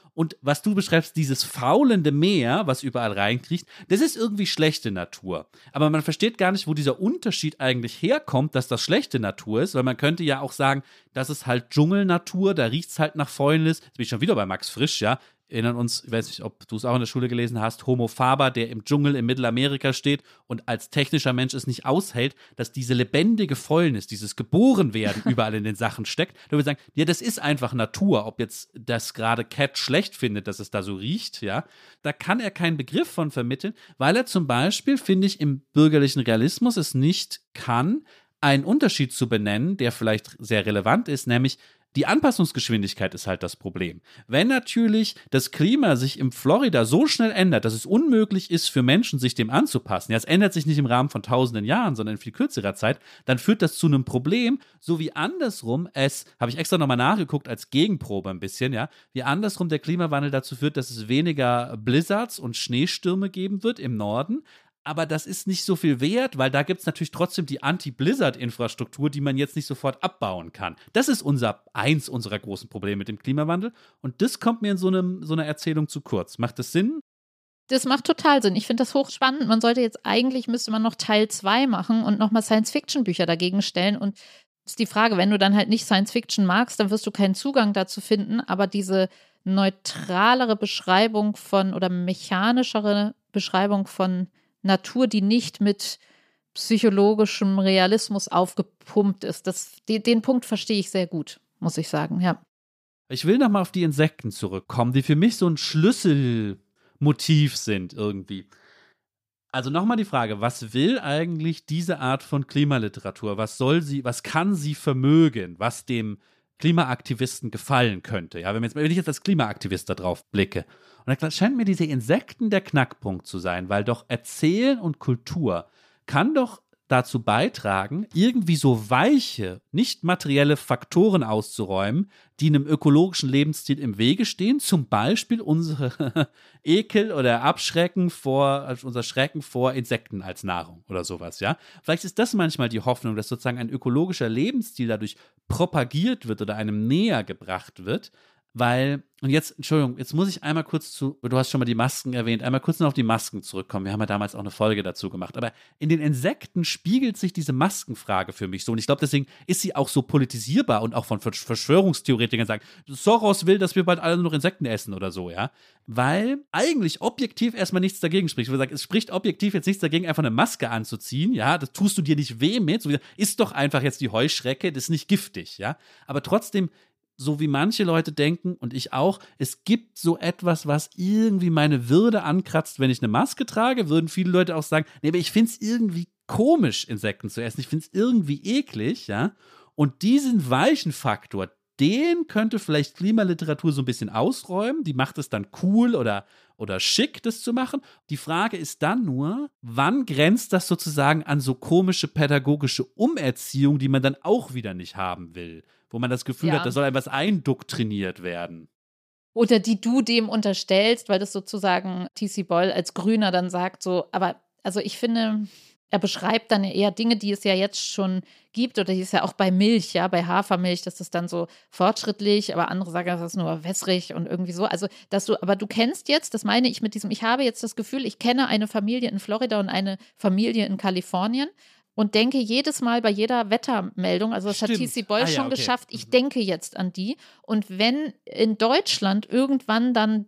Und was du beschreibst, dieses faulende Meer, was überall reinkriecht, das ist irgendwie schlechte Natur. Aber man versteht gar nicht, wo dieser Unterschied eigentlich herkommt, dass das schlechte Natur ist, weil man könnte ja auch sagen, das ist halt Dschungelnatur, da riecht es halt nach Fäulnis. Jetzt bin ich schon wieder bei Max Frisch, ja. Erinnern uns, ich weiß nicht, ob du es auch in der Schule gelesen hast, Homo faber, der im Dschungel in Mittelamerika steht und als technischer Mensch es nicht aushält, dass diese lebendige Fäulnis, dieses Geborenwerden überall in den Sachen steckt. Da würde ich sagen, ja, das ist einfach Natur. Ob jetzt das gerade Cat schlecht findet, dass es da so riecht, ja, da kann er keinen Begriff von vermitteln, weil er zum Beispiel, finde ich, im bürgerlichen Realismus es nicht kann, einen Unterschied zu benennen, der vielleicht sehr relevant ist, nämlich die Anpassungsgeschwindigkeit ist halt das Problem. Wenn natürlich das Klima sich in Florida so schnell ändert, dass es unmöglich ist für Menschen, sich dem anzupassen, ja, es ändert sich nicht im Rahmen von tausenden Jahren, sondern in viel kürzerer Zeit, dann führt das zu einem Problem, so wie andersrum es, habe ich extra nochmal nachgeguckt als Gegenprobe ein bisschen, ja, wie andersrum der Klimawandel dazu führt, dass es weniger Blizzards und Schneestürme geben wird im Norden. Aber das ist nicht so viel wert, weil da gibt es natürlich trotzdem die Anti-Blizzard-Infrastruktur, die man jetzt nicht sofort abbauen kann. Das ist eins unserer großen Probleme mit dem Klimawandel. Und das kommt mir in so einer Erzählung zu kurz. Macht das Sinn? Das macht total Sinn. Ich finde das hochspannend. Man sollte jetzt müsste man noch Teil 2 machen und nochmal Science-Fiction-Bücher dagegen stellen. Und das ist die Frage, wenn du dann halt nicht Science-Fiction magst, dann wirst du keinen Zugang dazu finden. Aber diese neutralere Beschreibung oder mechanischere Beschreibung von Natur, die nicht mit psychologischem Realismus aufgepumpt ist. Den Punkt verstehe ich sehr gut, muss ich sagen, ja. Ich will nochmal auf die Insekten zurückkommen, die für mich so ein Schlüsselmotiv sind irgendwie. Also nochmal die Frage, was will eigentlich diese Art von Klimaliteratur? Was kann sie vermögen, was dem Klimaaktivisten gefallen könnte? Ja, wenn ich jetzt als Klimaaktivist da drauf blicke. Und da scheint mir diese Insekten der Knackpunkt zu sein, weil doch Erzählen und Kultur kann doch dazu beitragen, irgendwie so weiche, nicht materielle Faktoren auszuräumen, die einem ökologischen Lebensstil im Wege stehen, zum Beispiel unsere Ekel oder unser Schrecken vor Insekten als Nahrung oder sowas, ja. Vielleicht ist das manchmal die Hoffnung, dass sozusagen ein ökologischer Lebensstil dadurch propagiert wird oder einem näher gebracht wird, weil, und jetzt, Entschuldigung, jetzt muss ich einmal kurz du hast schon mal die Masken erwähnt, einmal kurz noch auf die Masken zurückkommen. Wir haben ja damals auch eine Folge dazu gemacht. Aber in den Insekten spiegelt sich diese Maskenfrage für mich so. Und ich glaube, deswegen ist sie auch so politisierbar und auch von Verschwörungstheoretikern sagen, Soros will, dass wir bald alle nur noch Insekten essen oder so, ja. Weil eigentlich objektiv erstmal nichts dagegen spricht. Ich würde sagen, es spricht objektiv jetzt nichts dagegen, einfach eine Maske anzuziehen, ja. Das tust du dir nicht weh mit. So, ist doch einfach jetzt die Heuschrecke, das ist nicht giftig, ja. Aber trotzdem, so wie manche Leute denken und ich auch, es gibt so etwas, was irgendwie meine Würde ankratzt, wenn ich eine Maske trage, würden viele Leute auch sagen, nee, aber ich finde es irgendwie komisch, Insekten zu essen, ich finde es irgendwie eklig, ja. Und diesen weichen Faktor, den könnte vielleicht Klimaliteratur so ein bisschen ausräumen, die macht es dann cool oder schick, das zu machen. Die Frage ist dann nur, wann grenzt das sozusagen an so komische pädagogische Umerziehung, die man dann auch wieder nicht haben will, wo man das Gefühl hat, da soll etwas eindoktriniert werden. Oder die du dem unterstellst, weil das sozusagen T.C. Boyle als Grüner dann sagt, so, aber also ich finde, er beschreibt dann eher Dinge, die es ja jetzt schon gibt, oder die ist ja auch bei Milch, ja, bei Hafermilch, das ist dann so fortschrittlich, aber andere sagen, das ist nur wässrig und irgendwie so. Also, aber du kennst jetzt, das meine ich mit diesem, ich habe jetzt das Gefühl, ich kenne eine Familie in Florida und eine Familie in Kalifornien und denke jedes Mal bei jeder Wettermeldung, also das hat T.C. Boyle schon geschafft, ich denke jetzt an die. Und wenn in Deutschland irgendwann dann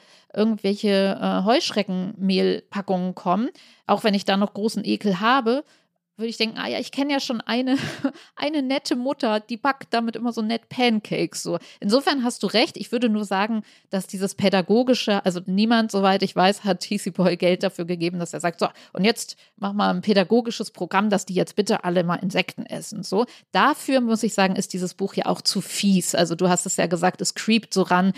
irgendwelche Heuschreckenmehlpackungen kommen, auch wenn ich da noch großen Ekel habe, würde ich denken, ich kenne ja schon eine nette Mutter, die backt damit immer so nett Pancakes. So. Insofern hast du recht. Ich würde nur sagen, dass dieses pädagogische, also niemand, soweit ich weiß, hat T.C. Boyle Geld dafür gegeben, dass er sagt, so, und jetzt mach mal ein pädagogisches Programm, dass die jetzt bitte alle mal Insekten essen. So. Dafür, muss ich sagen, ist dieses Buch ja auch zu fies. Also du hast es ja gesagt, es creept so ran.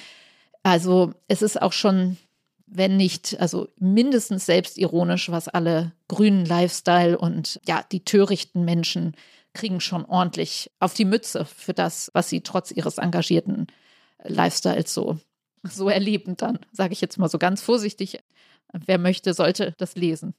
Also es ist auch schon, wenn nicht, also mindestens selbstironisch, was alle grünen Lifestyle und ja, die törichten Menschen kriegen schon ordentlich auf die Mütze für das, was sie trotz ihres engagierten Lifestyles so erleben dann, sage ich jetzt mal so ganz vorsichtig. Wer möchte, sollte das lesen.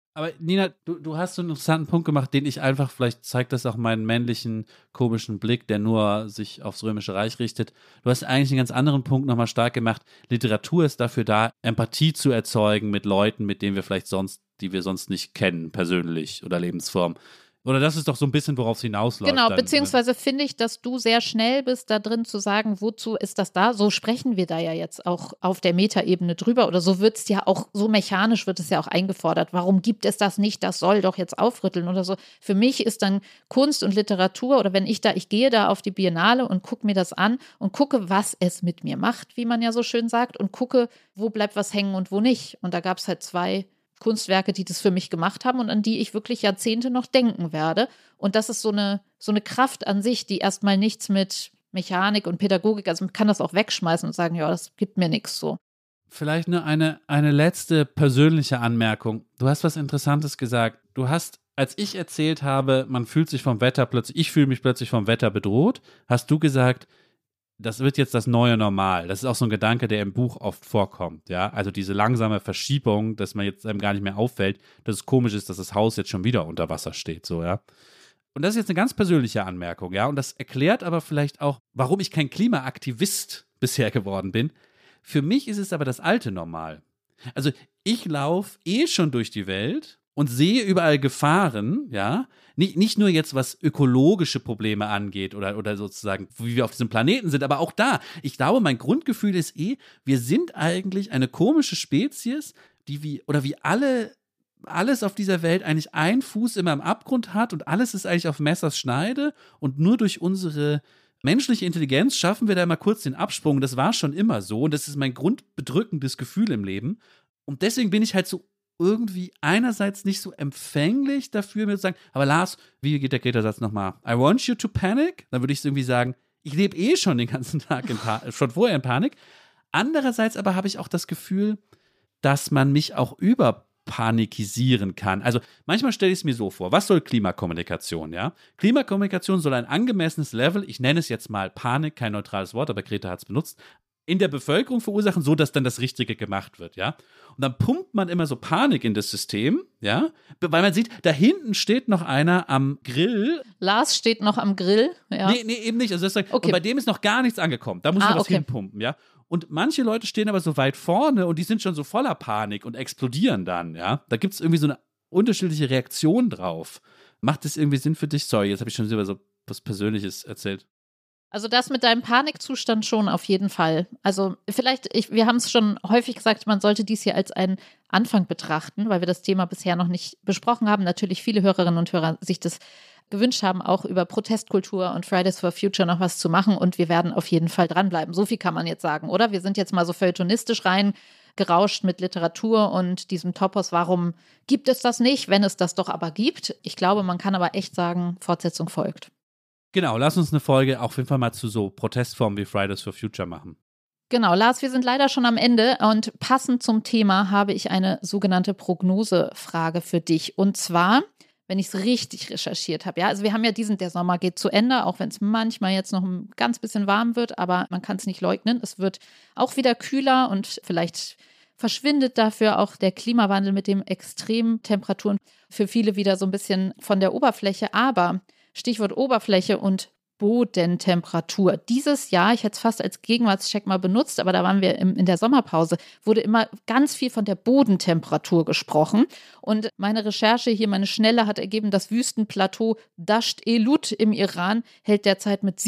Aber Nina, du hast so einen interessanten Punkt gemacht, den ich einfach, vielleicht zeigt das auch meinen männlichen, komischen Blick, der nur sich aufs Römische Reich richtet. Du hast eigentlich einen ganz anderen Punkt nochmal stark gemacht. Literatur ist dafür da, Empathie zu erzeugen mit Leuten, mit denen wir vielleicht sonst, die wir sonst nicht kennen, persönlich oder Lebensform. Oder das ist doch so ein bisschen, worauf es hinausläuft. Genau, dann, beziehungsweise finde ich, dass du sehr schnell bist, da drin zu sagen, wozu ist das da? So sprechen wir da ja jetzt auch auf der Metaebene drüber oder so wird es ja auch, so mechanisch wird es ja auch eingefordert. Warum gibt es das nicht? Das soll doch jetzt aufrütteln oder so. Für mich ist dann Kunst und Literatur oder wenn ich gehe da auf die Biennale und gucke mir das an und gucke, was es mit mir macht, wie man ja so schön sagt und gucke, wo bleibt was hängen und wo nicht. Und da gab es halt 2 Kunstwerke, die das für mich gemacht haben und an die ich wirklich Jahrzehnte noch denken werde. Und das ist so eine Kraft an sich, die erstmal nichts mit Mechanik und Pädagogik, also man kann das auch wegschmeißen und sagen, ja, das gibt mir nichts so. Vielleicht nur eine letzte persönliche Anmerkung. Du hast was Interessantes gesagt. Du hast, als ich erzählt habe, man fühlt sich vom Wetter plötzlich, ich fühle mich plötzlich vom Wetter bedroht, hast du gesagt, das wird jetzt das neue Normal. Das ist auch so ein Gedanke, der im Buch oft vorkommt, ja. Also diese langsame Verschiebung, dass man jetzt einem gar nicht mehr auffällt, dass es komisch ist, dass das Haus jetzt schon wieder unter Wasser steht, so, ja. Und das ist jetzt eine ganz persönliche Anmerkung, ja. Und das erklärt aber vielleicht auch, warum ich kein Klimaaktivist bisher geworden bin. Für mich ist es aber das alte Normal. Also ich laufe schon durch die Welt und sehe überall Gefahren, ja, nicht nur jetzt, was ökologische Probleme angeht oder sozusagen, wie wir auf diesem Planeten sind, aber auch da, ich glaube, mein Grundgefühl ist wir sind eigentlich eine komische Spezies, wie alles auf dieser Welt eigentlich einen Fuß immer im Abgrund hat und alles ist eigentlich auf Messers Schneide und nur durch unsere menschliche Intelligenz schaffen wir da mal kurz den Absprung. Das war schon immer so und das ist mein grundbedrückendes Gefühl im Leben und deswegen bin ich halt so irgendwie einerseits nicht so empfänglich dafür, mir zu sagen, aber Lars, wie geht der Greta-Satz nochmal? I want you to panic? Dann würde ich irgendwie sagen, ich lebe schon den ganzen Tag schon vorher in Panik. Andererseits aber habe ich auch das Gefühl, dass man mich auch überpanikisieren kann. Also manchmal stelle ich es mir so vor, was soll Klimakommunikation, ja? Klimakommunikation soll ein angemessenes Level, ich nenne es jetzt mal Panik, kein neutrales Wort, aber Greta hat es benutzt, in der Bevölkerung verursachen, so dass dann das Richtige gemacht wird, ja. Und dann pumpt man immer so Panik in das System, ja, weil man sieht, da hinten steht noch einer am Grill. Lars steht noch am Grill, ja. Nee, eben nicht. Also okay. Und bei dem ist noch gar nichts angekommen. Da muss man was hinpumpen, ja. Und manche Leute stehen aber so weit vorne und die sind schon so voller Panik und explodieren dann, ja. Da gibt es irgendwie so eine unterschiedliche Reaktion drauf. Macht das irgendwie Sinn für dich? Sorry, jetzt habe ich schon über so was Persönliches erzählt. Also das mit deinem Panikzustand schon auf jeden Fall. Also wir haben es schon häufig gesagt, man sollte dies hier als einen Anfang betrachten, weil wir das Thema bisher noch nicht besprochen haben. Natürlich viele Hörerinnen und Hörer sich das gewünscht haben, auch über Protestkultur und Fridays for Future noch was zu machen und wir werden auf jeden Fall dranbleiben. So viel kann man jetzt sagen, oder? Wir sind jetzt mal so feuilletonistisch reingerauscht mit Literatur und diesem Topos. Warum gibt es das nicht, wenn es das doch aber gibt? Ich glaube, man kann aber echt sagen, Fortsetzung folgt. Genau, lass uns eine Folge auf jeden Fall mal zu so Protestformen wie Fridays for Future machen. Genau, Lars, wir sind leider schon am Ende und passend zum Thema habe ich eine sogenannte Prognosefrage für dich. Und zwar, wenn ich es richtig recherchiert habe, ja, also wir haben ja der Sommer geht zu Ende, auch wenn es manchmal jetzt noch ein ganz bisschen warm wird, aber man kann es nicht leugnen. Es wird auch wieder kühler und vielleicht verschwindet dafür auch der Klimawandel mit den extremen Temperaturen für viele wieder so ein bisschen von der Oberfläche, aber Stichwort Oberfläche und Bodentemperatur. Dieses Jahr, ich hätte es fast als Gegenwartscheck mal benutzt, aber da waren wir in der Sommerpause, wurde immer ganz viel von der Bodentemperatur gesprochen. Und meine Recherche hier, meine schnelle, hat ergeben, das Wüstenplateau Dasht-e-Lut im Iran hält derzeit mit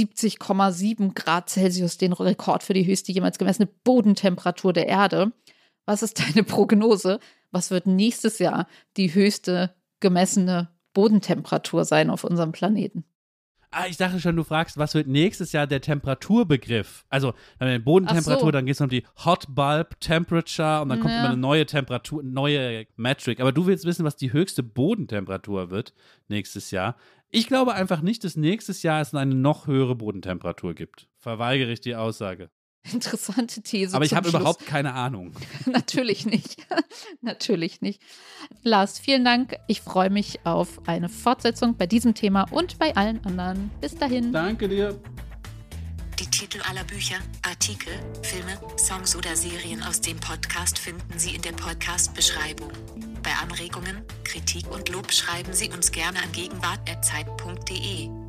70,7 Grad Celsius den Rekord für die höchste jemals gemessene Bodentemperatur der Erde. Was ist deine Prognose? Was wird nächstes Jahr die höchste gemessene Bodentemperatur sein auf unserem Planeten? Ich dachte schon, du fragst, was wird nächstes Jahr der Temperaturbegriff? Also, dann die Bodentemperatur, dann geht es um die Hot Bulb Temperature und dann kommt immer eine neue Temperatur, neue Metric. Aber du willst wissen, was die höchste Bodentemperatur wird nächstes Jahr. Ich glaube einfach nicht, dass nächstes Jahr es eine noch höhere Bodentemperatur gibt. Verweigere ich die Aussage. Interessante These. Aber ich habe überhaupt keine Ahnung. Natürlich nicht. Natürlich nicht. Lars, vielen Dank. Ich freue mich auf eine Fortsetzung bei diesem Thema und bei allen anderen. Bis dahin. Danke dir. Die Titel aller Bücher, Artikel, Filme, Songs oder Serien aus dem Podcast finden Sie in der Podcast-Beschreibung. Bei Anregungen, Kritik und Lob schreiben Sie uns gerne an gegenwart@zeit.de.